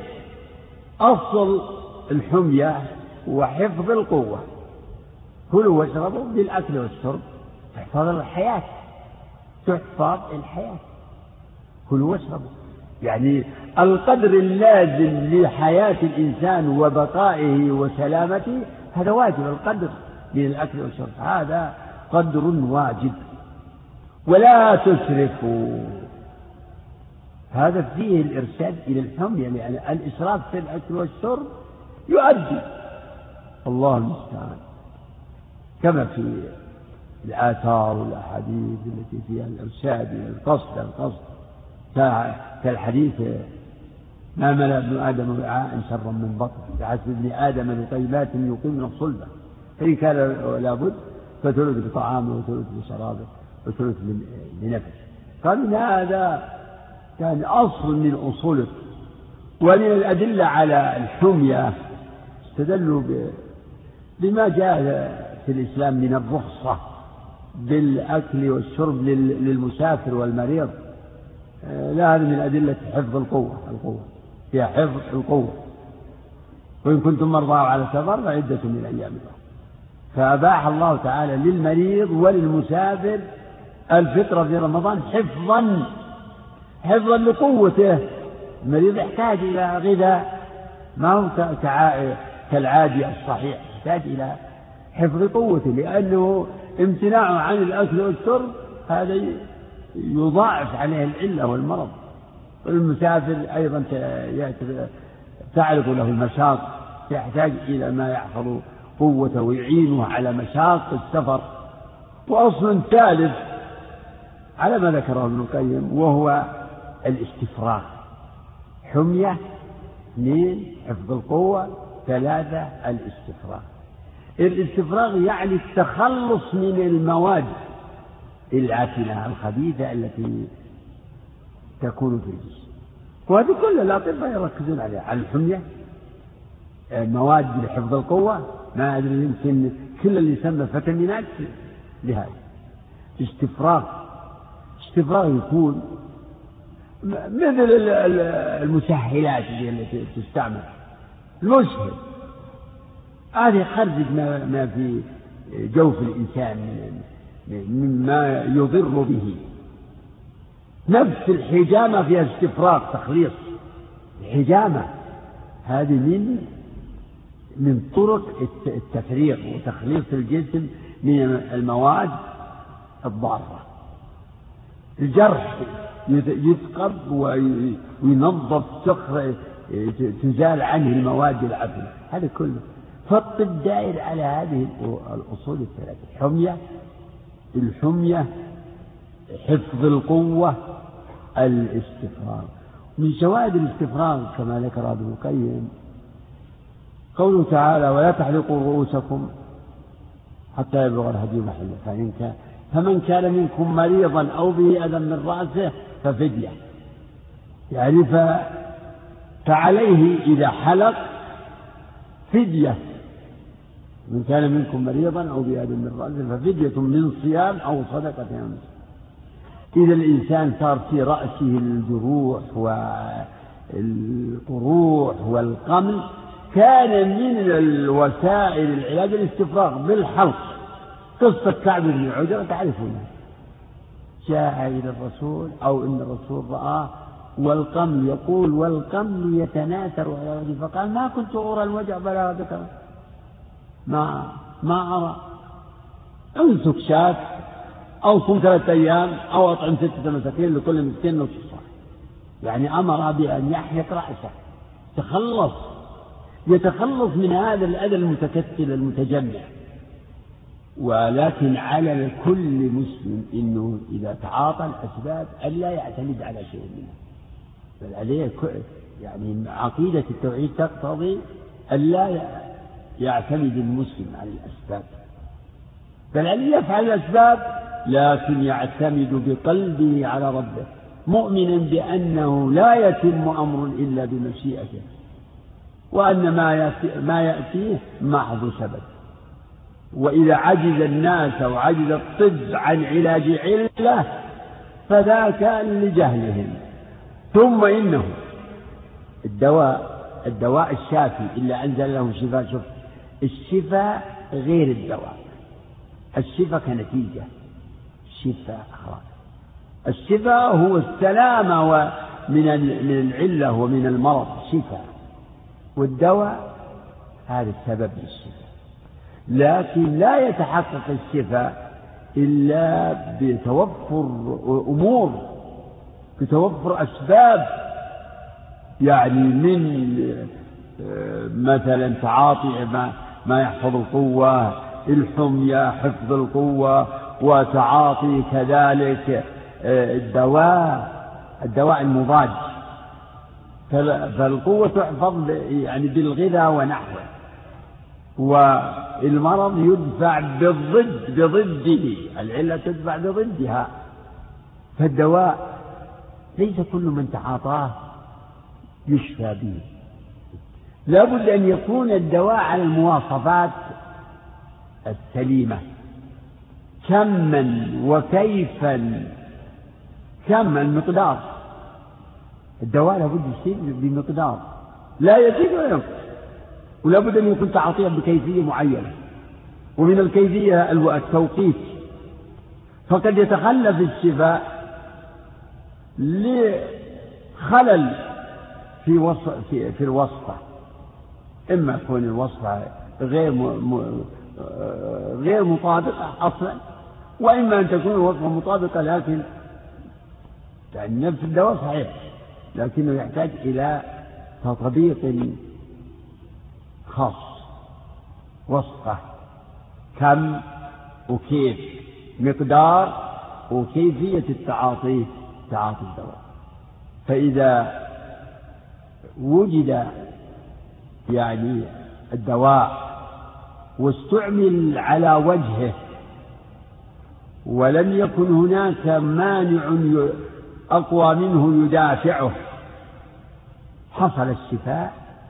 S1: أصل الحمية وحفظ القوة. كلوا واشربوا، بالأكل والشرب تحفظ الحياة، تحفظ الحياة. كلوا واشربوا يعني القدر اللازم لحياة الإنسان وبقائه وسلامته، هذا واجب. القدر من الأكل والشرب هذا قدر واجب. ولا تسرفوا، هذا فيه الإرشاد إلى الحمية، لأن يعني الإسراف في الأكل والشرب يؤدي، الله المستعان، كما في الآثار والأحاديث التي فيها الإرشاد إلى القصد القصد كالحديث: ما ملأ ابن آدم وعاء شرا من بطن، بحسب ابن آدم لطيبات يقيمن الصلبة، فإن كان لابد فثلث بطعامه وثلث بشرابه وثلث لنفسه. قال إن هذا كان أصل من أصوله. ومن الأدلة على الحمية استدلوا بما جاء في الإسلام من الرخصة بالأكل والشرب للمسافر والمريض. لا، هذا من أدلة حفظ القوة. القوة فيها حفظ القوة. وإن كنتم مرضى على سفر فعدة من أيام أخرى. فأباح الله تعالى للمريض وللمسافر الفطر في رمضان حفظا حفظا لقوته. المريض يحتاج إلى غذاء، ما هو كالعادي الصحيح، يحتاج إلى حفظ قوته، لأنه امتناعه عن الأكل والشرب هذا يضاعف عليه العلة والمرض. والمسافر أيضا تعرض له المشاق، يحتاج إلى ما يحفظ قوته ويعينه على مشاق السفر. وأصل ثالث على ما ذكره ابن القيم وهو الاستفراغ. حمية، اثنين حفظ القوة، ثلاثة الاستفراغ. الاستفراغ يعني التخلص من المواد العاتلة الخبيثة التي تكون في الجسم. وهذه كل الأطباء يركزون عليها، على الحمية، مواد لحفظ القوة، ما أدري يمكن كل اللي يسمى فيتامينات لهذا. استفراغ، استفراغ يكون مثل المسهلات التي تستعمل، المسهل هذه خرج ما في جوف الإنسان مما يضر به. نفس الحجامة فيها استفراغ، تخليص. الحجامة هذه من من طرق التفريغ وتخليص الجسم من المواد الضارة. الجرح يثقب وينظف، تزال عنه المواد العفنة، هذا كله. فالطب دائر على هذه الأصول الثلاثة: الحمية، الحمية، حفظ القوة، الاستفراغ. من شواهد الاستفراغ كما ذكر ابن القيم قوله تعالى: ولا تحلقوا رؤوسكم حتى يبلغ الهدي محله فإن كان فمن كان منكم مريضا أو به أذى من رأسه ففدية. يعني فعليه إذا حلق فدية. من كان منكم مريضا أو به أذى من رأسه ففدية من صيام أو صدقة يوم. إذا الإنسان صار في رأسه الجروح والقروح والقمل كان من الوسائل العلاج الاستفراغ بالحلق. قصة كعب بن عجرة تعرفونها، جاء إلى الرسول أو إن الرسول رآه والقمل يقول والقمل يتناثر على وجهه، فقال: ما كنت أرى الوجع بلا ذكر، ما ما أرى. امسك شاة أو صم ثلاثة أيام أو أطعم ستة مساكين لكل مسكين نصف صاع. يعني أمر بأن يحلق رأسه، تخلص يتخلص من هذا الأذى المتكتل المتجمع. ولكن على كل مسلم إنه إذا تعاطى الأسباب ألا يعتمد على شيء منها، بل عليه يعني عقيدة التوحيد تقتضي ألا يعتمد المسلم على الأسباب، بل عليه يفعل الأسباب لكن يعتمد بقلبه على ربه، مؤمنا بأنه لا يتم أمر إلا بمشيئته، وأن ما يأتي ما يأتيه محض سبب. وإذا عجز الناس وعجز الطب عن علاج علة فذاك لجهلهم. ثم إنه الدواء الدواء الشافي إلا أنزل له شفاء. شوف، الشفاء غير الدواء. الشفاء كنتيجة، الشفاء أخلاق. الشفاء هو السلامة من من العلة ومن المرض، شفاء. والدواء هذا السبب للشفاء. لكن لا يتحقق الشفاء إلا بتوفر أمور، بتوفر أسباب، يعني من مثلا تعاطي ما, ما يحفظ القوة، الحمية، حفظ القوة، وتعاطي كذلك الدواء الدواء المضاد. فالقوة تحفظ يعني بالغذاء ونحوه، والمرض يدفع بالضد بضده، العلة تدفع بضدها. فالدواء ليس كل من تعاطاه يشفى به، لا بد أن يكون الدواء على المواصفات السليمة، كما وكيفا، كم المقدار. الدواء لا بد يصير بمقدار، لا يزيد ولا ينقص، ولا بد أن يكون تعاطيا بكيفية معينة. ومن الكيفية التوقيت، فقد يتخلف الشفاء لخلل في وصف في, في الوصفة، إما يكون الوصفة غير م... غير مطابقة أصلا، وإما أن تكون الوصفة مطابقة لكن يعني نفس الدواء صحيح لكنه يحتاج إلى تطبيق خاص. وصفه، كم وكيف، مقدار وكيفية التعاطي تعاطي الدواء. فإذا وجد يعني الدواء واستعمل على وجهه ولم يكن هناك مانع أقوى منه يدافعه حصل الشفاء.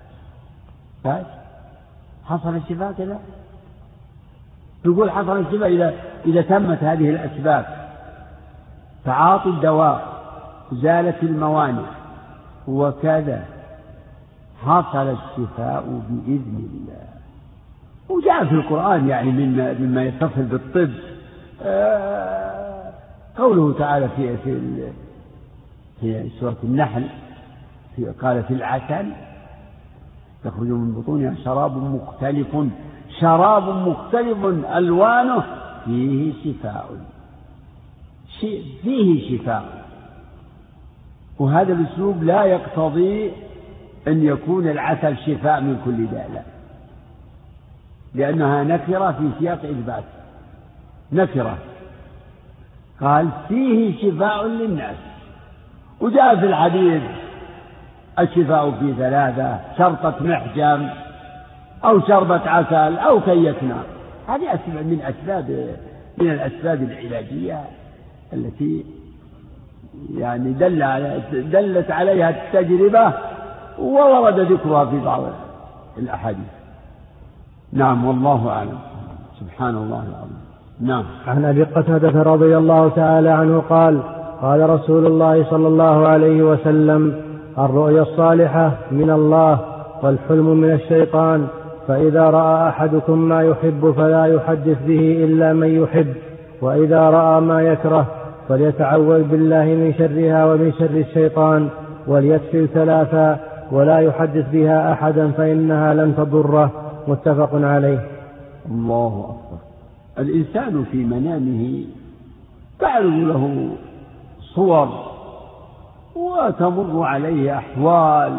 S1: حصل الشفاء كذا يقول حصل الشفاء إذا إذا تمت هذه الأسباب، تعاطي الدواء، زالت الموانع، وكذا حصل الشفاء بإذن الله. وجاء في القرآن يعني مما مما يتصل بالطب آه قوله تعالى في في في سورة النحل في قال في العسل يخرج من بطونها شراب مختلف شراب مختلف ألوانه فيه شفاء فيه شفاء. وهذا الأسلوب لا يقتضي أن يكون العسل شفاء من كل داء، لا، لأنها نكرة في سياق إثبات، نكرة قال فيه شفاء للناس. وجاء في الحديث الشفاء في ثلاثة: شرطة محجم أو شربة عسل أو كية نار. هذه أسباب من أسباب من الأسباب العلاجية التي يعني دل على دلت عليها التجربة وورد ذكرها في بعض الأحاديث. نعم، والله أعلم. سبحان الله العظيم. نعم.
S2: عن أبي قتادة رضي الله تعالى عنه قال: قال رسول الله صلى الله عليه وسلم: الرؤيا الصالحة من الله والحلم من الشيطان، فإذا رأى أحدكم ما يحب فلا يحدث به إلا من يحب، وإذا رأى ما يكره فليتعوذ بالله من شرها ومن شر الشيطان، وليكفل ثلاثا ولا يحدث بها أحدا فإنها لن تضره. متفق عليه.
S1: الله أكبر. الإنسان في منامه تعرض له صور وتمر عليه أحوال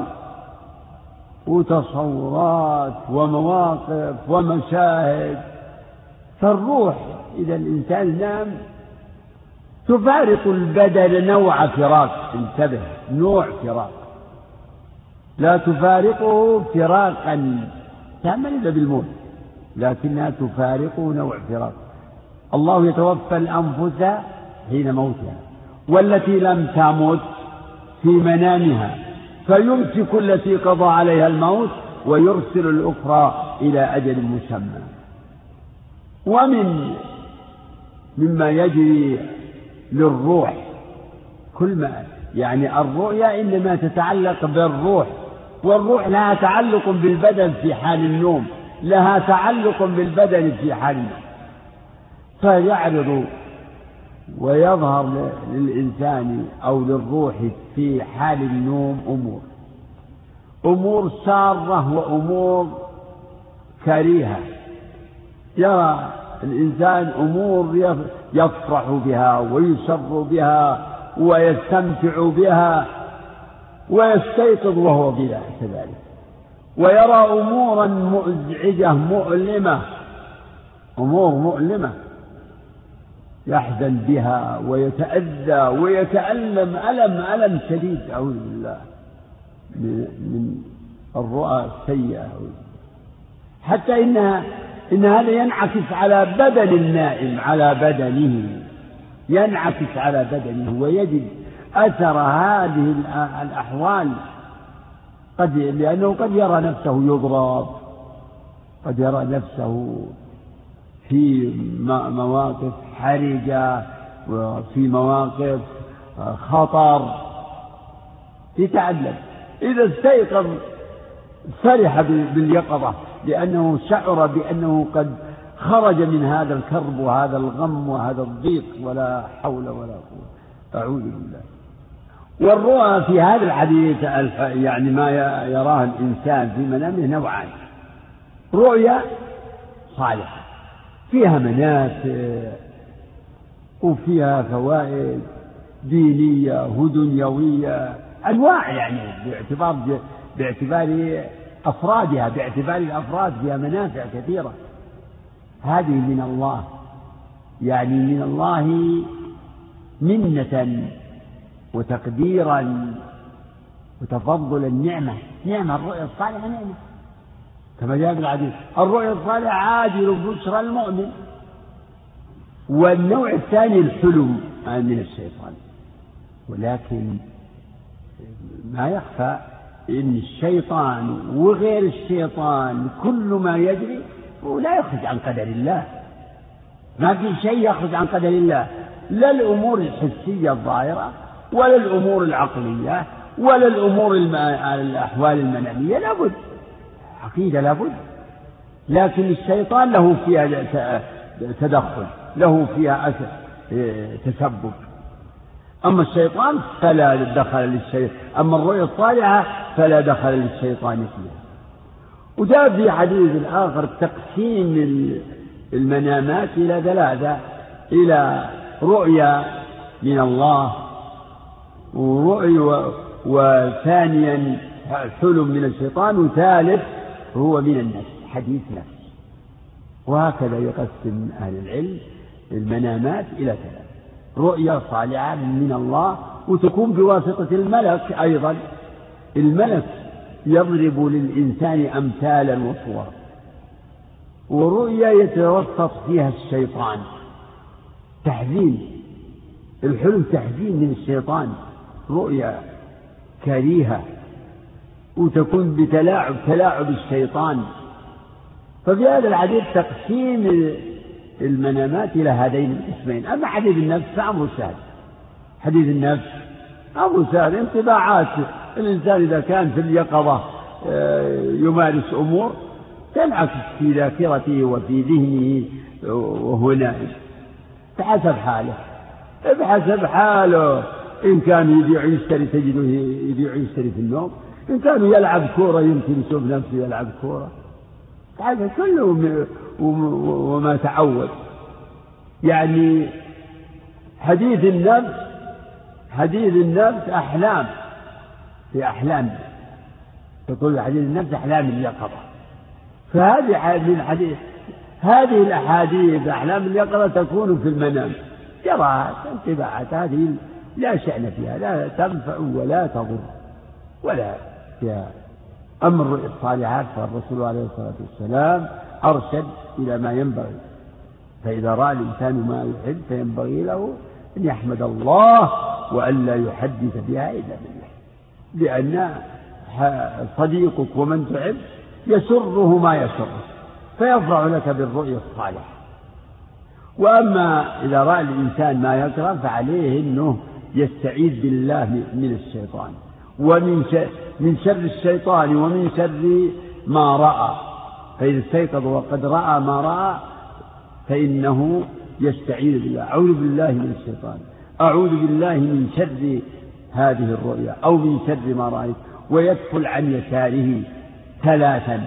S1: وتصورات ومواقف ومشاهد. فالروح إذا الإنسان نام تفارق البدن نوع فراق، انتبه، نوع فراق، لا تفارقه فراقا تاما إلا بالموت، لكنها تفارقه نوع فراق. الله يتوفى الأنفس حين موتها والتي لم تمت في منامها فيمسك التي قضى عليها الموت ويرسل الأخرى إلى أجل مسمى. ومن مما يجري للروح كل ما يعني الرؤيا إنما تتعلق بالروح، والروح لها تعلق بالبدن في حال النوم، لها تعلق بالبدن في حال النوم. فيعرض ويظهر للإنسان أو للروح في حال النوم أمور أمور سارة وأمور كريهة. يرى الإنسان أمور يفرح بها ويسر بها ويستمتع بها ويستيقظ وهو بلا كذلك، ويرى أمورا مزعجة مؤلمة، أمور مؤلمة يحزن بها ويتأذى ويتألم ألم ألم شديد، أعوذ بالله من الرؤى السيئة. حتى إنها إن هذا ينعكس على بدن النائم، على بدنه، ينعكس على بدنه ويجد أثر هذه الأحوال، قد لأنه قد يرى نفسه يضرب، قد يرى نفسه في مواقف حرجة وفي مواقف خطر يتعلم. إذا استيقظ فرح باليقظة لأنه شعر بأنه قد خرج من هذا الكرب وهذا الغم وهذا الضيق، ولا حول ولا قوة. أعوذ بالله. والرؤى في هذا الحديث يعني ما يراه الإنسان في منامه نوعان: رؤيا صالحة فيها منافع وفيها فوائد دينية ودنيوية أنواع، يعني باعتبار باعتبار أفرادها، باعتبار الأفراد فيها منافع كثيرة هذه من الله، يعني من الله منة وتقديرا وتفضلا، نعمة نعمة الرؤيا الصالحة نعمة، كما جاء في الحديث الرؤيا الصالحة عاجل بشرى المؤمن. والنوع الثاني الحلم من الشيطان، ولكن ما يخفى إن الشيطان وغير الشيطان كل ما يجري ولا يخرج عن قدر الله، ما في شيء يخرج عن قدر الله، لا الأمور الحسية الظاهرة ولا الأمور العقلية ولا الأمور الم... الأحوال المنامية، لابد عقيدة لابد، لكن الشيطان له فيها تدخل، له فيها أثر تسبب. أما الشيطان فلا دخل للشيطان، أما الرؤيا الصالحة فلا دخل للشيطان فيها. وجاء في حديث آخر تقسيم المنامات إلى ثلاثة، إلى رؤيا من الله، ورؤيا وثانيا حلم من الشيطان، وثالث هو من النفس، حديث نفس. وهكذا يقسم أهل العلم المنامات إلى ثلاثة: رؤيا صالحة من الله، وتكون بواسطة الملك أيضا، الملك يضرب للإنسان أمثالا وصورا، ورؤيا يتوسط فيها الشيطان، تحزين، الحلم تحزين من الشيطان، رؤيا كريهة، وتكون بتلاعب تلاعب الشيطان. ففي هذا الحديث تقسيم المنامات إلى هذين القسمين. أما حديث النفس فأمر سهل، حديث النفس أمر سهل، انطباعات الإنسان إذا كان في اليقظة يمارس أمور تنعكس في ذاكرته وفي ذهنه وهو نائم بحسب حاله، بحسب حاله. إن كان يبيع يشتري تجده يبيع يشتري في النوم، إن كان يلعب كورة يمكن يشوف نفسه يلعب كورة، هذا كله وما تعود. يعني حديث النفس حديث النفس أحلام، في أحلام تقول حديث النفس أحلام اليقظة، فهذه من حديث هذه الأحاديث أحلام اليقظة تكون في المنام، قراءات انطباعات، هذه لا شأن فيها، لا تنفع ولا تضر ولا فيها. أما الرؤيا الصالحات فالرسول عليه الصلاة والسلام أرشد إلى ما ينبغي، فإذا رأى الإنسان ما يحب فينبغي له أن يحمد الله وألا يحدث بها إلا بالله، لأن صديقك ومن تحب يسره ما يسره فيفرح لك بالرؤيا الصالحة. وأما إذا رأى الإنسان ما يكره فعليه أنه يستعيذ بالله من الشيطان ومن من شر الشيطان ومن شر ما رأى، فإذا استيقظ وقد رأى ما رأى فإنه يستعيذ بالله، أعوذ بالله من الشيطان، أعوذ بالله من شر هذه الرؤيا أو من شر ما رأيت، ويدخل عن يساره ثلاثا.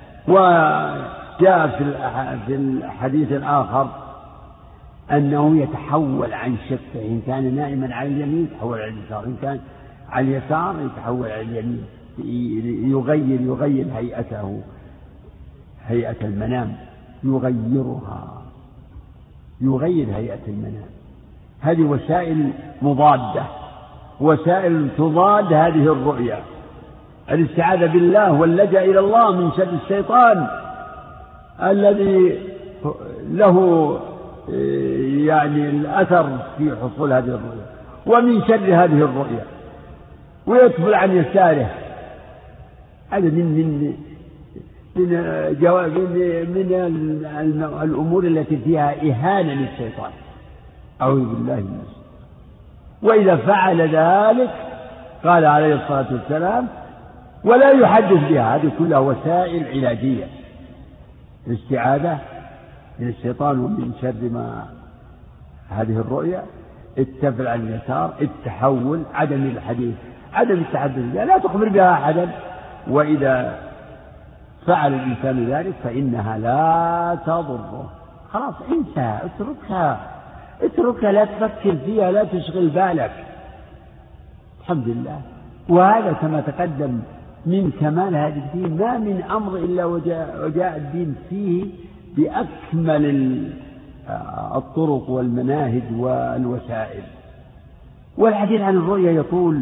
S1: وجاء في الحديث الآخر أنه يتحول عن شقه، إن كان نائما على اليمين يتحول على اليسار، إن كان على اليسار يتحول على اليمين، يغير يغير هيئته، هيئة المنام يغيرها، يغير هيئة المنام. هذه وسائل مضادة، وسائل تضاد هذه الرؤيا، الاستعاذة بالله واللجأ إلى الله من شر الشيطان الذي له يعني الأثر في حصول هذه الرؤيا، ومن شر هذه الرؤيا، ويدخل عن يساره. هذا من من من جواب من الأمور التي فيها إهانة للشيطان، أعوذ بالله من الشيطان. وإذا فعل ذلك قال عليه الصلاة والسلام ولا يحدث بها. هذه كلها وسائل علاجية، الاستعاذة من الشيطان ومن شر ما هذه الرؤيا، التفل عن اليسار، التحول، عدم الحديث، عدم التحدث بها، لا تخبر بها أحدا. وإذا فعل الإنسان ذلك فإنها لا تضره، خلاص انسى، اتركها اتركها، لا تفكر فيها، لا تشغل بالك. الحمد لله. وهذا كما تقدم من كمال هذا الدين، ما من أمر إلا وجاء, وجاء الدين فيه بأكمل الطرق والمناهج والوسائل. والحديث عن الرؤيا يطول،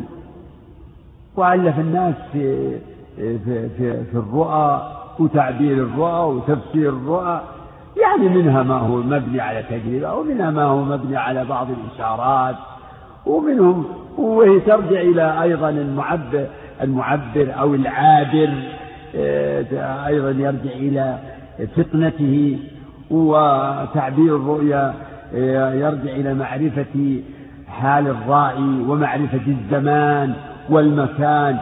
S1: وألف الناس في, في, في, في الرؤى وتعبير الرؤى وتفسير الرؤى، يعني منها ما هو مبني على تجربة، ومنها ما هو مبني على بعض الإشارات، ومنهم وهي ترجع إلى أيضا المعبر, المعبر أو العابر، أيضا يرجع إلى فطنته. وتعبير الرؤيا يرجع إلى معرفة حال الرائي ومعرفة الزمان والمكان.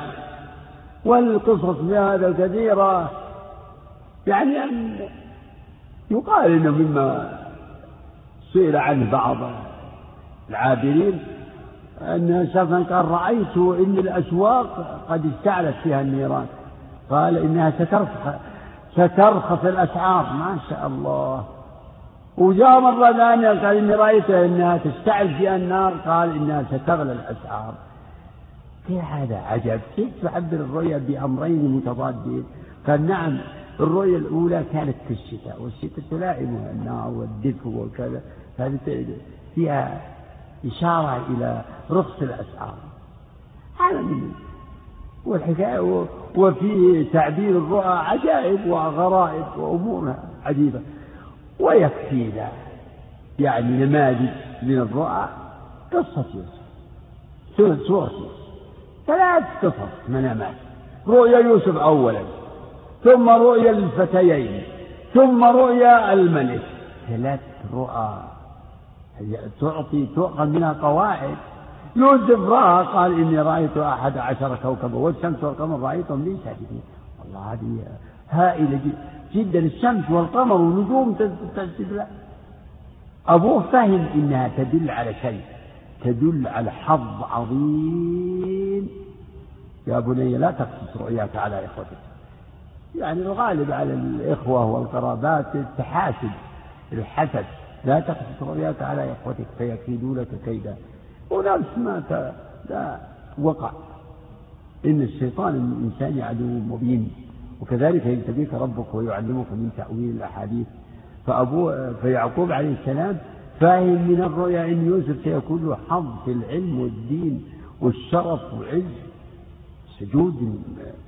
S1: والقصص في هذا كثيرة، يعني أن يقال إنه مما سئل عنه بعض العابرين أن شخصا قال رأيت إن الأسواق قد اشتعلت فيها النيران، قال إنها سترخص سترخص الأسعار، ما شاء الله. وجاء مرة ثانية قال إني رأيت إنها تشتعل فيها النار، قال إنها ستغلى الأسعار. في هذا عجب، كيف تعبر الرؤيا بأمرين متضادين؟ قال نعم، الرؤيا الأولى كانت في الشتاء، والشتاء تلائمها النار والدفء وكذا، هذه فيها إشارة إلى رخص الأسعار. هذا من والحكاية. وفي تعبير الرؤى عجائب وغرائب وأمور عجيبة. ويكفينا يعني نماذج من الرؤى قصة يوسف، سورة يوسف، ثلاث قصص منامات: رؤيا يوسف أولا، ثم رؤيا الفتيين، ثم رؤيا الملك. ثلاث رؤى تعطي تؤخذ منها قواعد. يوسف رأى قال إني رأيت أحد عشر كوكبا والشمس والقمر رأيتهم لي ساجدين. والله هذه هائلة جدا، الشمس والقمر والنجوم تسجد له. أبوه فهم إنها تدل على شيء، تدل على حظ عظيم. يا بني لا تقصص رؤياك على إخوتك. يعني الغالب على الإخوة والقرابات التحاسد، الحسد. لا تقصص رؤياك على إخوتك فيكيدوا لك كيدا. ونفس ما لا وقع. إن الشيطان الإنسان عدو مبين، وكذلك يجتبيك ربك ويعلمك من تأويل الأحاديث. فأبو فيعقوب عليه السلام فاهم من الرؤيا إن يوسف سيكون له حظ في العلم والدين والشرف والعز سجود.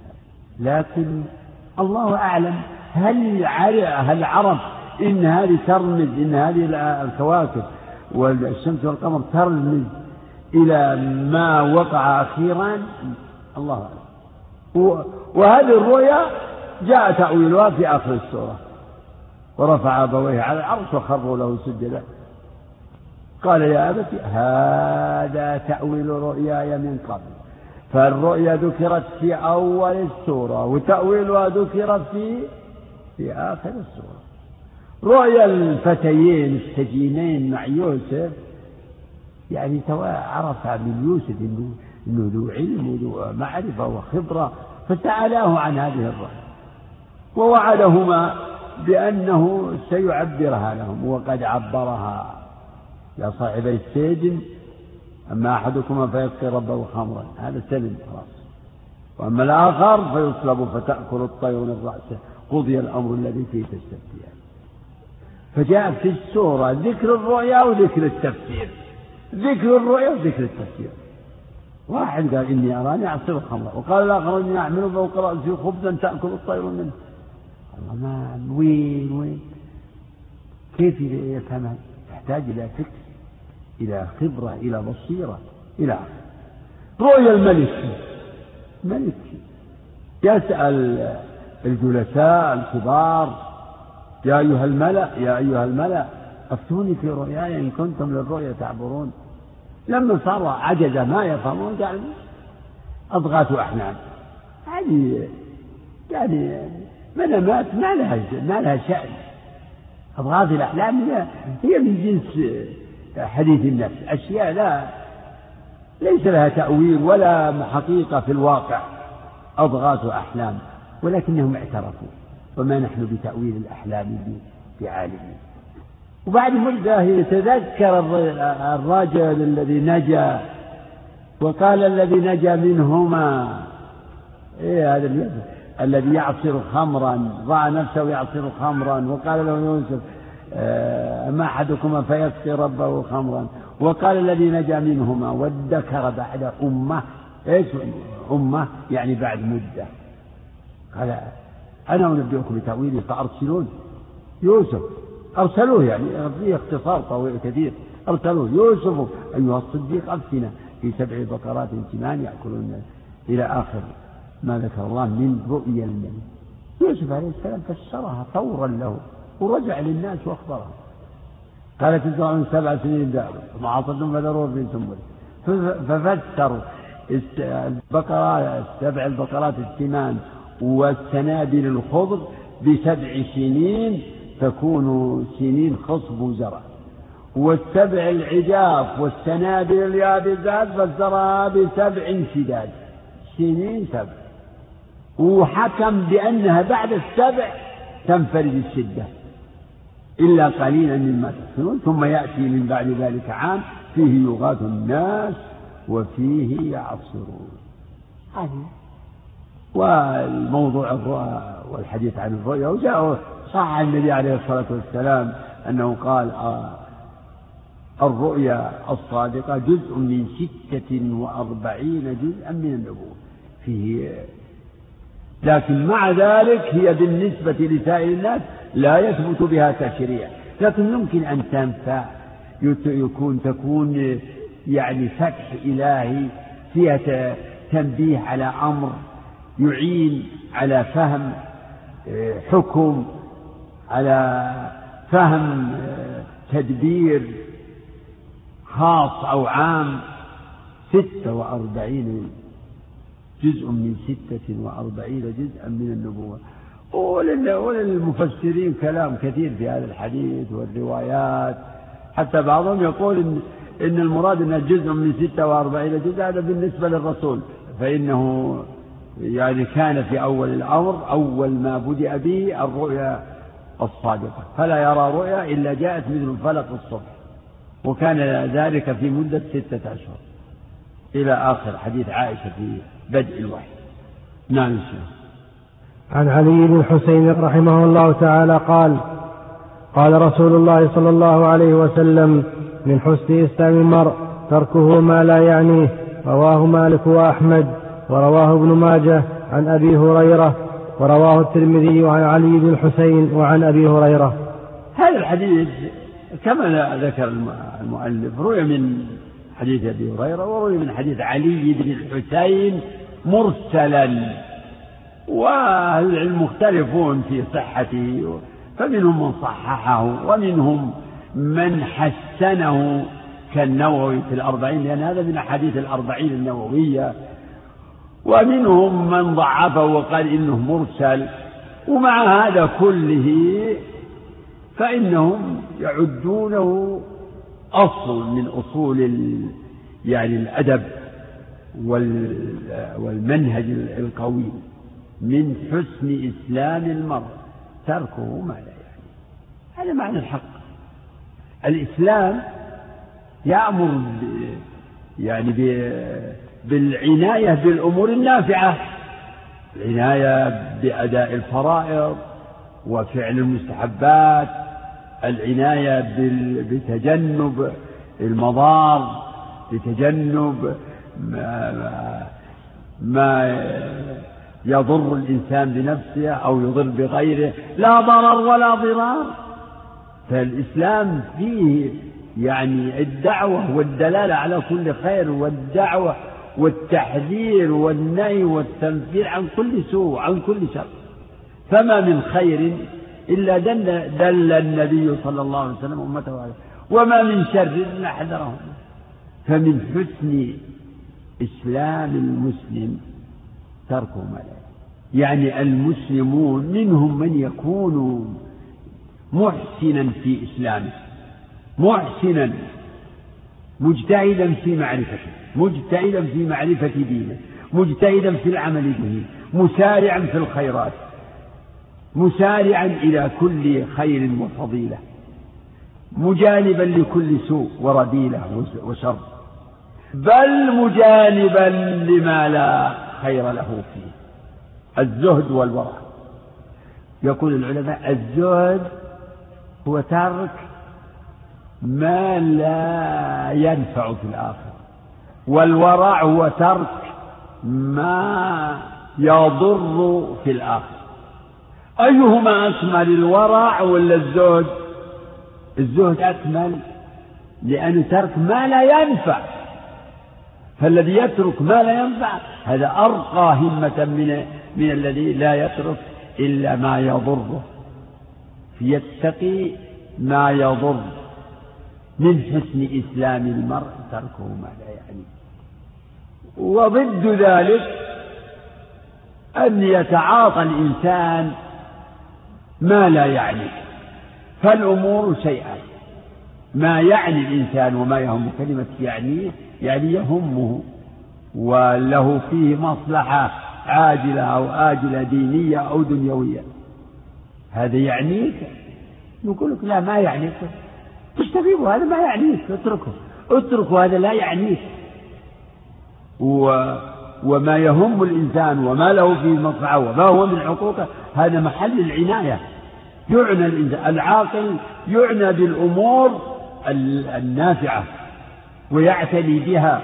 S1: لكن الله أعلم هل هل عرف إن هذه ترمز، إن هذه الكواكب والشمس والقمر ترمز إلى ما وقع أخيرا؟ الله أعلم. وهذه الرؤيا جاء تأويلها في آخر السورة: ورفع أبويه على العرش وخروا له سجدا قال يا أبت هذا تأويل رؤياي من قبل. فالرؤيا ذكرت في أول السورة وتأويلها ذكرت في في آخر السورة. رؤيا الفتيين السجينين مع يوسف يعني عرف من يوسف إنه, إنه ذو علم وذو معرفة وخبرة، فسألاه عن هذه الرؤيا ووعدهما بأنه سيعبرها لهم، وقد عبرها: يا صاحبي السجن أما أحدكما فيسقي ربه خمرا، هذا سلم خلاص، وأما الآخر فيصلب فتأكل الطير من رأسه، قضي الأمر الذي فيه تستفتيان. فجاء في السورة ذكر الرؤيا وذكر التفسير، ذكر الرؤيا وذكر التفسير. واحد قال إني أراني أعصر خمرا، وقال الآخر إني أعمل فوق رأسي خبزا تأكل الطير منه. الله ما وين وين كيف يفهم؟ يحتاج إلى فكر، إلى خبرة، إلى بصيرة، إلى رؤيا الملك. ملك يسأل الجلساء الكبار: يا أيها الملأ يا أيها الملأ أفتوني في رؤياي إن كنتم للرؤيا تعبرون. لما صار عجز ما يفهمون قال أضغاث أحلام. هذه يعني منامات ما لها ما لها شأن. أضغاث الأحلام هي هي من جنس حديث النفس، أشياء لا ليس لها تأويل ولا حقيقة في الواقع. أضغاث أحلام، ولكنهم اعترفوا، وما نحن بتأويل الأحلام بعالمين. وبعد مدة يتذكر الرجل الذي نجا وقال الذي نجا منهما إيه هذا الذي يعصر خمرا رأى نفسه يعصر خمرا وقال له يوسف ما أحدكما فيسقي ربه خمرا، وقال الذي نجا منهما وادكر بعد أمة، إيش أمة يعني بعد مدة، قال أنا أنبئكم بتأويله فأرسلون يوسف، أرسلوه يعني فيه اختصار طويل كثير، أرسلوه يوسف أيها الصديق أفتنا في سبع بقرات سمان يأكلون إلى آخر ما ذكر الله من رؤيا النبي. يوسف عليه السلام فسرها فورا له ورجع للناس وأخبرهم، قال تزرعون سبع سنين دابا ثم حصدتم فذروه في سنبله، ففسروا البقرات سبع البقرات السمان والسنابل الخضر بسبع سنين تكون سنين خصب وزرع، والسبع العجاف والسنابل اليابسات فسرها بسبع شداد سنين سبع، وحكم بأنها بعد السبع تنفرد الشدة إلا قليلا مما تحسنون، ثم يأتي من بعد ذلك عام فيه يغاث الناس وفيه يعصرون. والموضوع الرؤى والحديث عن الرؤيا، وجاء صح النبي عليه الصلاة والسلام أنه قال الرؤيا الصادقة جزء من ستة وأربعين جزءا من النبوة فيه، لكن مع ذلك هي بالنسبة لسائر الناس لا يثبت بها تشريع، لكن يمكن أن تنفع يكون تكون يعني فتح إلهي فيها تنبيه على أمر يعين على فهم حكم، على فهم تدبير خاص أو عام. ستة وأربعين جزء من ستة وأربعين جزءا من النبوة. وللمفسرين كلام كثير في هذا الحديث والروايات، حتى بعضهم يقول إن, إن المراد أن جزء من ستة وأربعين جزء هذا بالنسبة للرسول، فإنه يعني كان في أول الأمر أول ما بدأ به الرؤيا الصادقة، فلا يرى رؤيا إلا جاءت مثل فلق الصبح، وكان ذلك في مدة ستة أشهر إلى آخر حديث عائشة في بدء الوحي. نعم.
S2: عن علي بن الحسين رحمه الله تعالى قال قال رسول الله صلى الله عليه وسلم من حسن إسلام المرء تركه ما لا يعنيه، رواه مالك وأحمد ورواه ابن ماجه عن أبي هريرة، ورواه الترمذي عن علي بن الحسين وعن أبي هريرة.
S1: هذا الحديث كما ذكر المؤلف روي من حديث أبي هريرة وروي من حديث علي بن الحسين مرسلا، وأهل العلم مختلفون في صحته، فمنهم من صححه ومنهم من حسنه كالنووي في الأربعين، لأن هذا من أحاديث الأربعين النووية، ومنهم من ضعفه وقال إنه مرسل. ومع هذا كله فإنهم يعدونه أصل من أصول يعني الأدب والمنهج القوي. من حسن إسلام المرء تركه ما لا يعني، هذا معنى الحق. الإسلام يأمر يعني بالعناية بالأمور النافعة، العناية بأداء الفرائض وفعل المستحبات، العناية بتجنب المضار، بتجنب ما, ما يضر الإنسان بنفسه أو يضر بغيره، لا ضرر ولا ضرار. فالإسلام فيه يعني الدعوة والدلالة على كل خير، والدعوة والتحذير والنهي والتنفير عن كل سوء عن كل شر. فما من خير إلا دل, دل النبي صلى الله عليه وسلم أمته عليه، وما من شر إلا حذرهم. فمن حسن إسلام المسلم تركه ما لا يعني. المسلمون منهم من يكون محسنا في إسلامه، محسنا مجتهدا في معرفته، مجتهدا في معرفة دينه، مجتهدا في العمل به، مسارعا في الخيرات، مسارعا إلى كل خير وفضيلة، مجانبا لكل سوء ورذيلة وشر، بل مجانبا لما لا خير له فيه. الزهد والورع. يقول العلماء الزهد هو ترك ما لا ينفع في الآخرة، والورع هو ترك ما يضر في الآخرة. أيهما أكمل، الورع ولا الزهد؟ الزهد أكمل لأنه ترك ما لا ينفع، فالذي يترك ما لا ينفع هذا أرقى همة من من الذي لا يترك إلا ما يضره، يتقي ما يضر. من حسن إسلام المرء تركه ما لا يعني. وضد ذلك أن يتعاطى الإنسان ما لا يعني. فالأمور شيئان، ما يعني الإنسان وما يهم. كلمة يعني يعني يهمه وله فيه مصلحة عاجلة أو آجلة، دينية أو دنيوية، هذا يعنيك. نقول لك لا ما يعنيك، تستفيده، هذا ما يعنيك، اتركه اتركه هذا لا يعنيك. و... وما يهم الإنسان وما له فيه مصلحة وما هو من حقوقه هذا محل العناية. يعنى الإنسان العاقل يعنى بالأمور النافعة ويعتني بها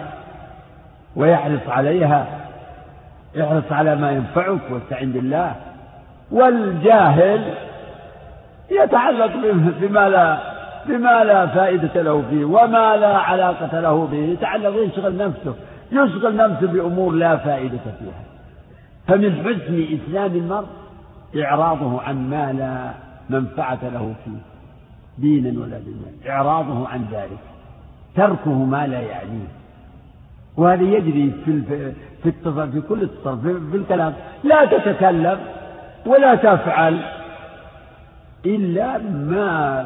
S1: ويحرص عليها، يحرص على ما ينفعك واستعن بالله. والجاهل يتعلق بما لا بما لا فائدة له فيه وما لا علاقة له به، يتعلق يشغل نفسه يشغل نفسه بأمور لا فائدة فيها. فمن حسن إسلام المرء إعراضه عن ما لا منفعة له فيه دينا ولا دنيا، إعراضه عن ذلك، تركه ما لا يعنيه. وهذا يجري في في التصرف، في كل التصرف، في الكلام. لا تتكلم ولا تفعل إلا ما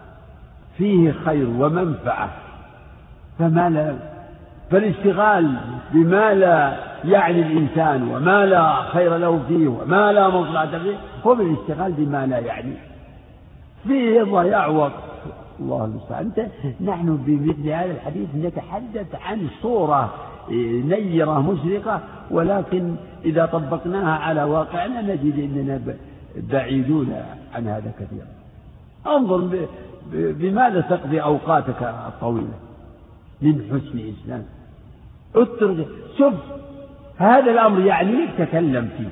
S1: فيه خير ومنفعة، فما لا فالاشتغال بما لا يعني الإنسان وما لا خير له فيه وما لا مصلحة فيه هو بالاشتغال بما لا يعني، فيه ضياع وقت. الله المستعان. نحن بمثل هذا الحديث نتحدث عن صورة نيرة مشرقة، ولكن إذا طبقناها على واقعنا نجد أننا بعيدون عن هذا كثيرا. انظر بماذا تقضي أوقاتك الطويلة. من حسن إسلام اترك، شوف هذا الأمر يعنيك تكلم فيه،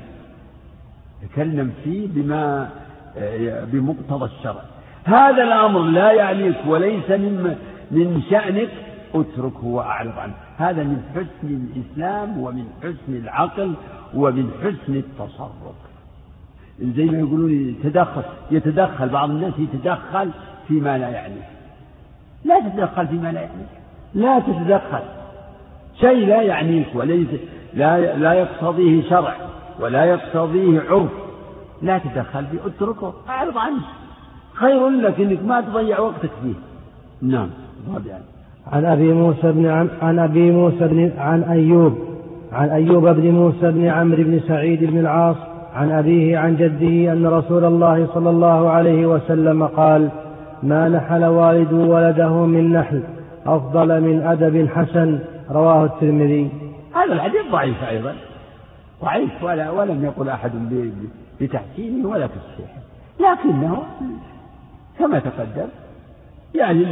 S1: تكلم فيه بما بمقتضى الشرع. هذا الأمر لا يعنيك وليس من من شأنك، اتركه وأعرض عنه. هذا من حسن الإسلام ومن حسن العقل ومن حسن التصرف. زي ما يقولون يتدخل يتدخل بعض الناس يتدخل فيما لا يعنيه. لا تتدخل فيما لا يعنيك، لا تتدخل شيء لا يعنيك وليس لا لا يقتضيه شرع ولا يقتضيه عرف، لا تتدخل فيه، اتركه أعرض عنه، خير لك إنك ما تضيع وقتك فيه. نعم.
S2: عن أبي موسى بن عم عن أبي موسى بن عن أيوب عن أيوب بن موسى بن عمرو بن سعيد بن العاص عن أبيه عن جده أن رسول الله صلى الله عليه وسلم قال: ما نحل والد ولده من نحل أفضل من أدب حسن. رواه الترمذي.
S1: هذا الحديث ضعيف أيضا، ضعيف ولا ولم يقل أحد بتحسينه ولا تصحيحه، لكنه كما تقدم يعني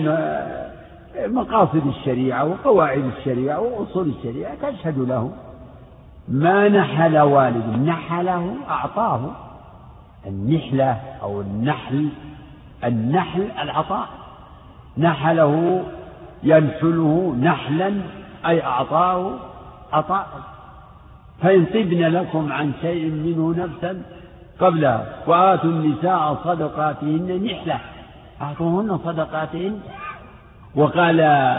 S1: مقاصد الشريعة وقواعد الشريعة وأصول الشريعة تشهد له. ما نحل والد، نحله أعطاه، النحلة أو النحل، النحل العطاء، نحله ينحله نحلا أي أعطاه عطاء. فإن طبن لكم عن شيء منه نفسا قبلها وآتوا النساء صدقاتهن نحلة، أعطوهن صدقاتهن. وقال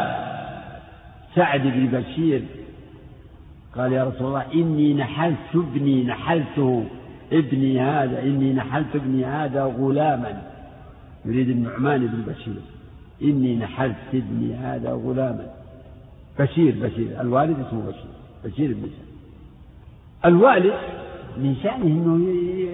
S1: سعد بن بشير قال: يا رسول الله إني نحلت ابني نحلته ابني هذا إني نحلت ابني هذا غلاما، يريد النعمان بن بشير، إني نحلت ابني هذا غلاما. بشير بشير الوالد اسمه بشير بشير بن سعد. الوالد من شأنه أنه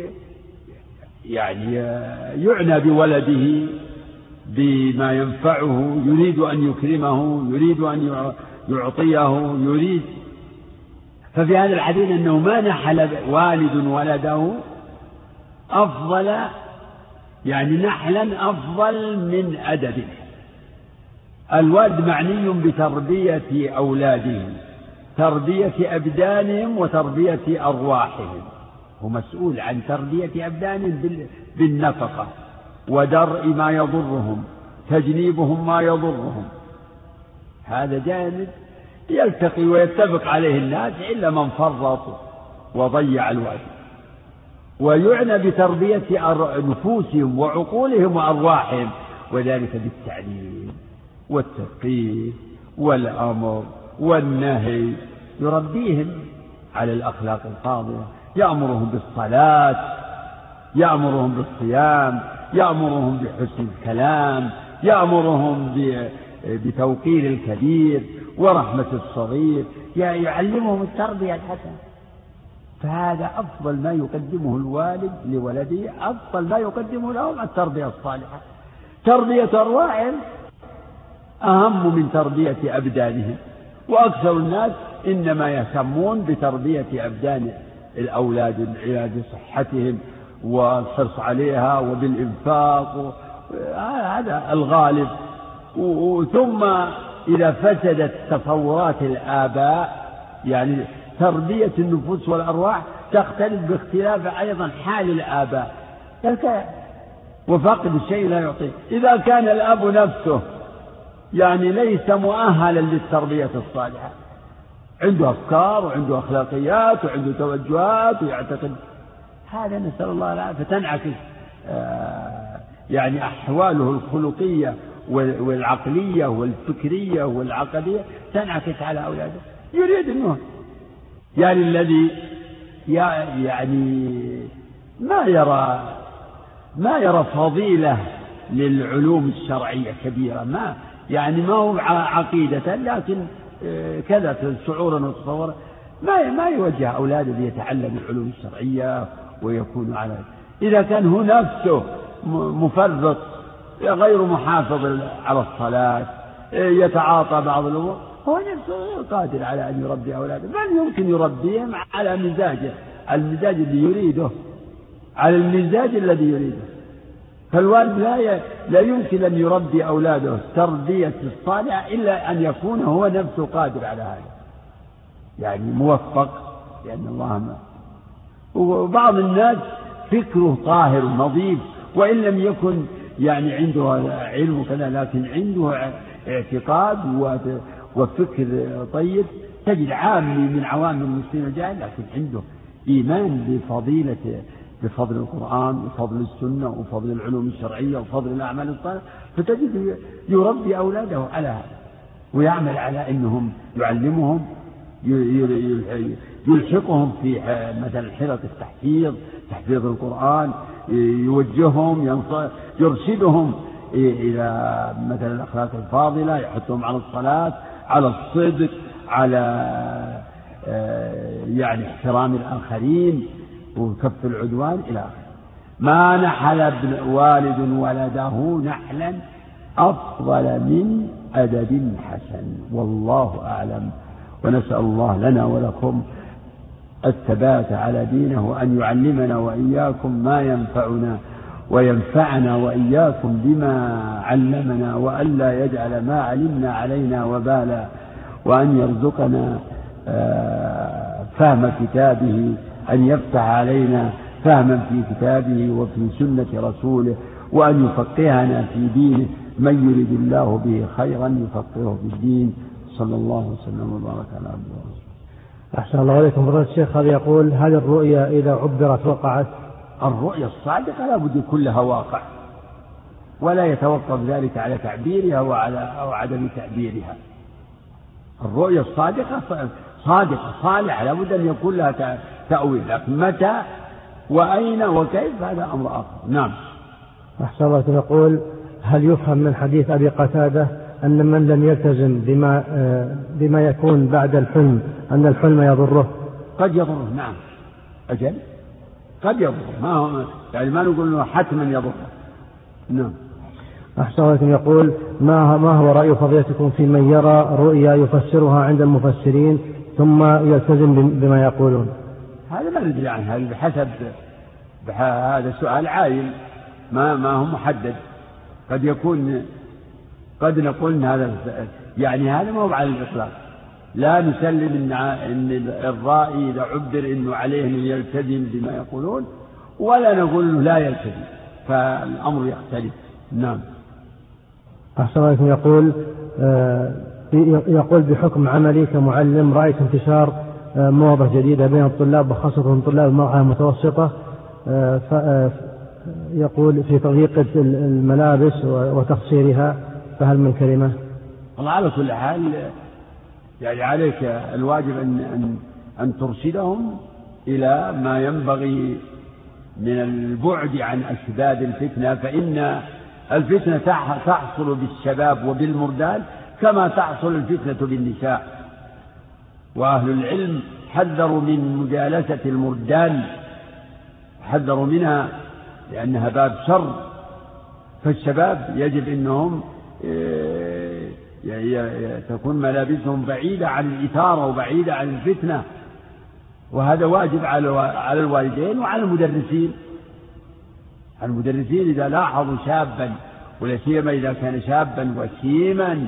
S1: يعني يعنى بولده بما ينفعه، يريد أن يكرمه، يريد أن يعطيه، يريد ففي هذا الحديث أنه ما نحل والد ولده أفضل، يعني نحلا أفضل من أدب. الوالد معني بتربية أولادهم، تربية أبدانهم وتربية أرواحهم، هو مسؤول عن تربية أبدانهم بالنفقة ودرء ما يضرهم، تجنيبهم ما يضرهم. هذا جانب يلتقي ويتفق عليه الناس إلا من فرط وضيع الواجب. ويعنى بتربية نفوسهم وعقولهم وأرواحهم، وذلك بالتعليم والتثقيف والأمر والنهي، يربيهم على الأخلاق الفاضلة، يأمرهم بالصلاة، يأمرهم بالصيام، يأمرهم بحسن الكلام، يأمرهم بتوقير الكبير ورحمة الصغير، يعلمهم التربية الحسنة. فهذا أفضل ما يقدمه الوالد لولده، أفضل ما يقدمه لهم التربية الصالحة. تربية أرواحهم أهم من تربية أبدانهم، وأكثر الناس إنما يهتمون بتربية أبدان الأولاد، العناية بصحتهم والحرص عليها وبالإنفاق، هذا الغالب. ثم إذا فسدت تصورات الآباء، يعني تربية النفوس والأرواح تختلف باختلاف أيضا حال الآباء، وفقد الشيء لا يعطيه. إذا كان الأب نفسه يعني ليس مؤهلا للتربية الصالحة، عنده أفكار وعنده أخلاقيات وعنده توجهات ويعتقد، هذا نسأل الله العافية، فتنعكس يعني أحواله الخلقية والعقلية والفكرية والعقدية تنعكس على أولاده. يريد أنه يعني الذي يعني ما يرى ما يرى فضيلة للعلوم الشرعية كبيرة، ما يعني ما هو عقيدة، لكن كذا شعورا وتصورا، ما ما يوجه أولاده ليتعلموا العلوم الشرعية ويكونوا على. إذا كان هو نفسه مفرط غير محافظ على الصلاة، يتعاطى بعض الأمور، هو نفسه غير قادر على أن يربي أولاده، بل يمكن يربيهم على مزاجه، المزاج اللي يريده، على المزاج الذي يريده. فالوالد لا لا يمكن أن يربي أولاده تربية الصالحة إلا أن يكون هو نفسه قادر على هذا، يعني موفق، لأن الله ما. وبعض الناس فكره طاهر نظيف، وإن لم يكن يعني عنده علم كذا، لكن عنده اعتقاد وفكر طيب. تجد عامي من عوام المسلمين الجاهل لكن عنده إيمان بفضيلة بفضل القرآن وفضل السنة وفضل العلوم الشرعية وفضل الأعمال الصالحة، فتجد يربي أولاده على هذا ويعمل على أنهم يعلمهم، يلحقهم في مثلا حلقة التحفيظ، تحفيظ القرآن، يوجههم، يرشدهم إلى مثلا الأخلاق الفاضلة، يحثهم على الصلاة، على الصدق، على يعني احترام الآخرين وكف العدوان إلى آخره. ما نحل ابن والد ولده نحلا أفضل من أدب حسن، والله أعلم. ونسأل الله لنا ولكم الثبات على دينه، وأن يعلمنا وإياكم ما ينفعنا وينفعنا وإياكم بما علمنا، وألا يجعل ما علمنا علينا وبالا، وأن يرزقنا فهم كتابه، أن يفتح علينا فهما في كتابه وفي سنة رسوله، وأن يفقهنا في دينه، من يريد الله به خيرا يفقهه في الدين. صلى الله وسلم وبارك على عبده ورسوله.
S2: أحسن الله عليكم فضيلة الشيخ. هذا يقول: هل الرؤيا إذا عبرت وقعت؟
S1: الرؤيا الصادقة لا بد كلها واقع، ولا يتوقف ذلك على تعبيرها وعلى أو عدم تعبيرها. الرؤيا الصادقة صادقة صالحة، لا بد أن يكون لها تأويل، لكن متى وأين وكيف هذا أمر آخر. نعم.
S2: أحسن الله. يقول: هل يفهم من حديث أبي قتادة أن من لم يلتزم بما بما يكون بعد الحلم أن الحلم يضره؟
S1: قد يضره، نعم، أجل قد يضره، ما هو يعني ما نقول إنه حتما يضره. نعم.
S2: أحسن الله. يقول: ما ما هو رأي فضيلتكم في من يرى رؤيا يفسرها عند المفسرين ثم يلتزم بما يقولون؟
S1: هذا ما ندري عنه، هذا بحسب هذا سؤال عايم ما ما هو محدد. قد يكون قد نقول إن هذا يعني هذا ما هو على الإطلاق، لا نسلم إن الرائي إذا عبر إنه عليه أن يلتزم بما يقولون، ولا نقول له لا يلتزم، فالأمر يختلف. نعم.
S2: أحسن عليكم. يقول آه يقول بحكم عملي كمعلم رأيت انتشار آه موضة جديدة بين الطلاب وخاصة طلاب المرحلة المتوسطة، آه يقول في تضييق الملابس وتقصيرها، فهل من كلمة؟
S1: والله على كل حال يعني عليك الواجب أن, أن, أن ترشدهم إلى ما ينبغي من البعد عن أسباب الفتنة، فإن الفتنة تحصل بالشباب وبالمردان كما تحصل الفتنة بالنساء، وأهل العلم حذروا من مجالسة المردان، حذروا منها لأنها باب شر. فالشباب يجب أنهم تكون ملابسهم بعيدة عن الإثارة وبعيدة عن الفتنة، وهذا واجب على الوالدين وعلى المدرسين. المدرسين إذا لاحظوا شابا، ولا سيما إذا كان شابا وسيما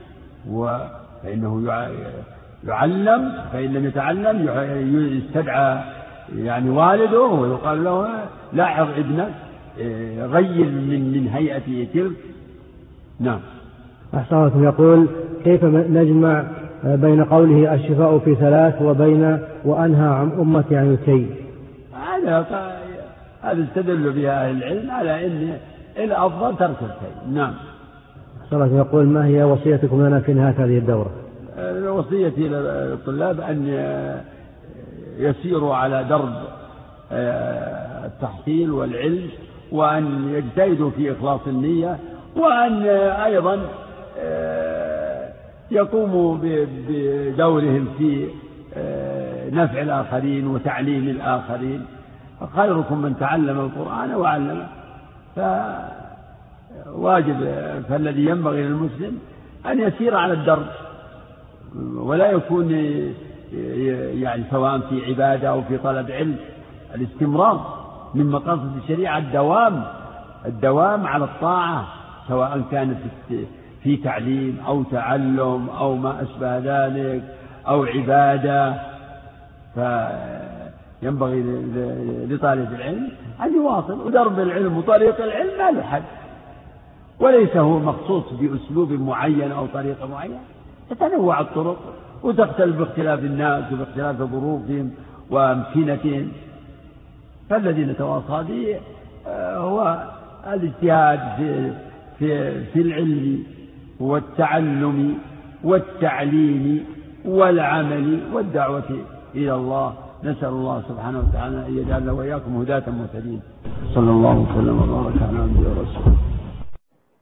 S1: فإنه يعلم، فإن لم يتعلم يستدعى يعني والده ويقال له لاحظ ابنك، غير من من هيئته تلك. نعم.
S2: أحسن. يقول كيف نجمع بين قوله الشفاء في ثلاث وبين وأنهى عن أمتي عن الكي؟
S1: هذا هذا استدل بها أهل العلم على أن الأفضل ترك الكي. نعم.
S2: أحسن. يقول ما هي وصيتكم لنا في نهاية هذه الدورة؟
S1: وصيتي للطلاب أن يسيروا على درب التحصيل والعلم، وأن يجتهدوا في إخلاص النية، وأن أيضا يقوموا بدورهم في نفع الآخرين وتعليم الآخرين. خيركم من تعلم القرآن وعلمه. فواجب فالذي ينبغي للمسلم أن يسير على الدرب، ولا يكون يعني سواء في عبادة أو في طلب علم. الاستمرار من مقاصد الشريعة الدوام الدوام على الطاعة، سواء كانت في تعليم أو تعلم أو ما أشبه ذلك أو عبادة. فينبغي لطالب العلم أن يواصل، ودرب العلم وطريق العلم ما له حد، وليس هو مخصوص بأسلوب معين أو طريقة معينة. تتنوع الطرق وتختلف باختلاف الناس وباختلاف ظروفهم وأمكنتهم. فالذي نتواصى به هو الاجتهاد في, في, في العلم والتعلم والتعليم والعمل والدعوة إلى الله. نسأل الله سبحانه وتعالى أن يجعلنا وإياكم هداة مهتدين. صلى الله وسلم وبارك على نبينا ورسوله.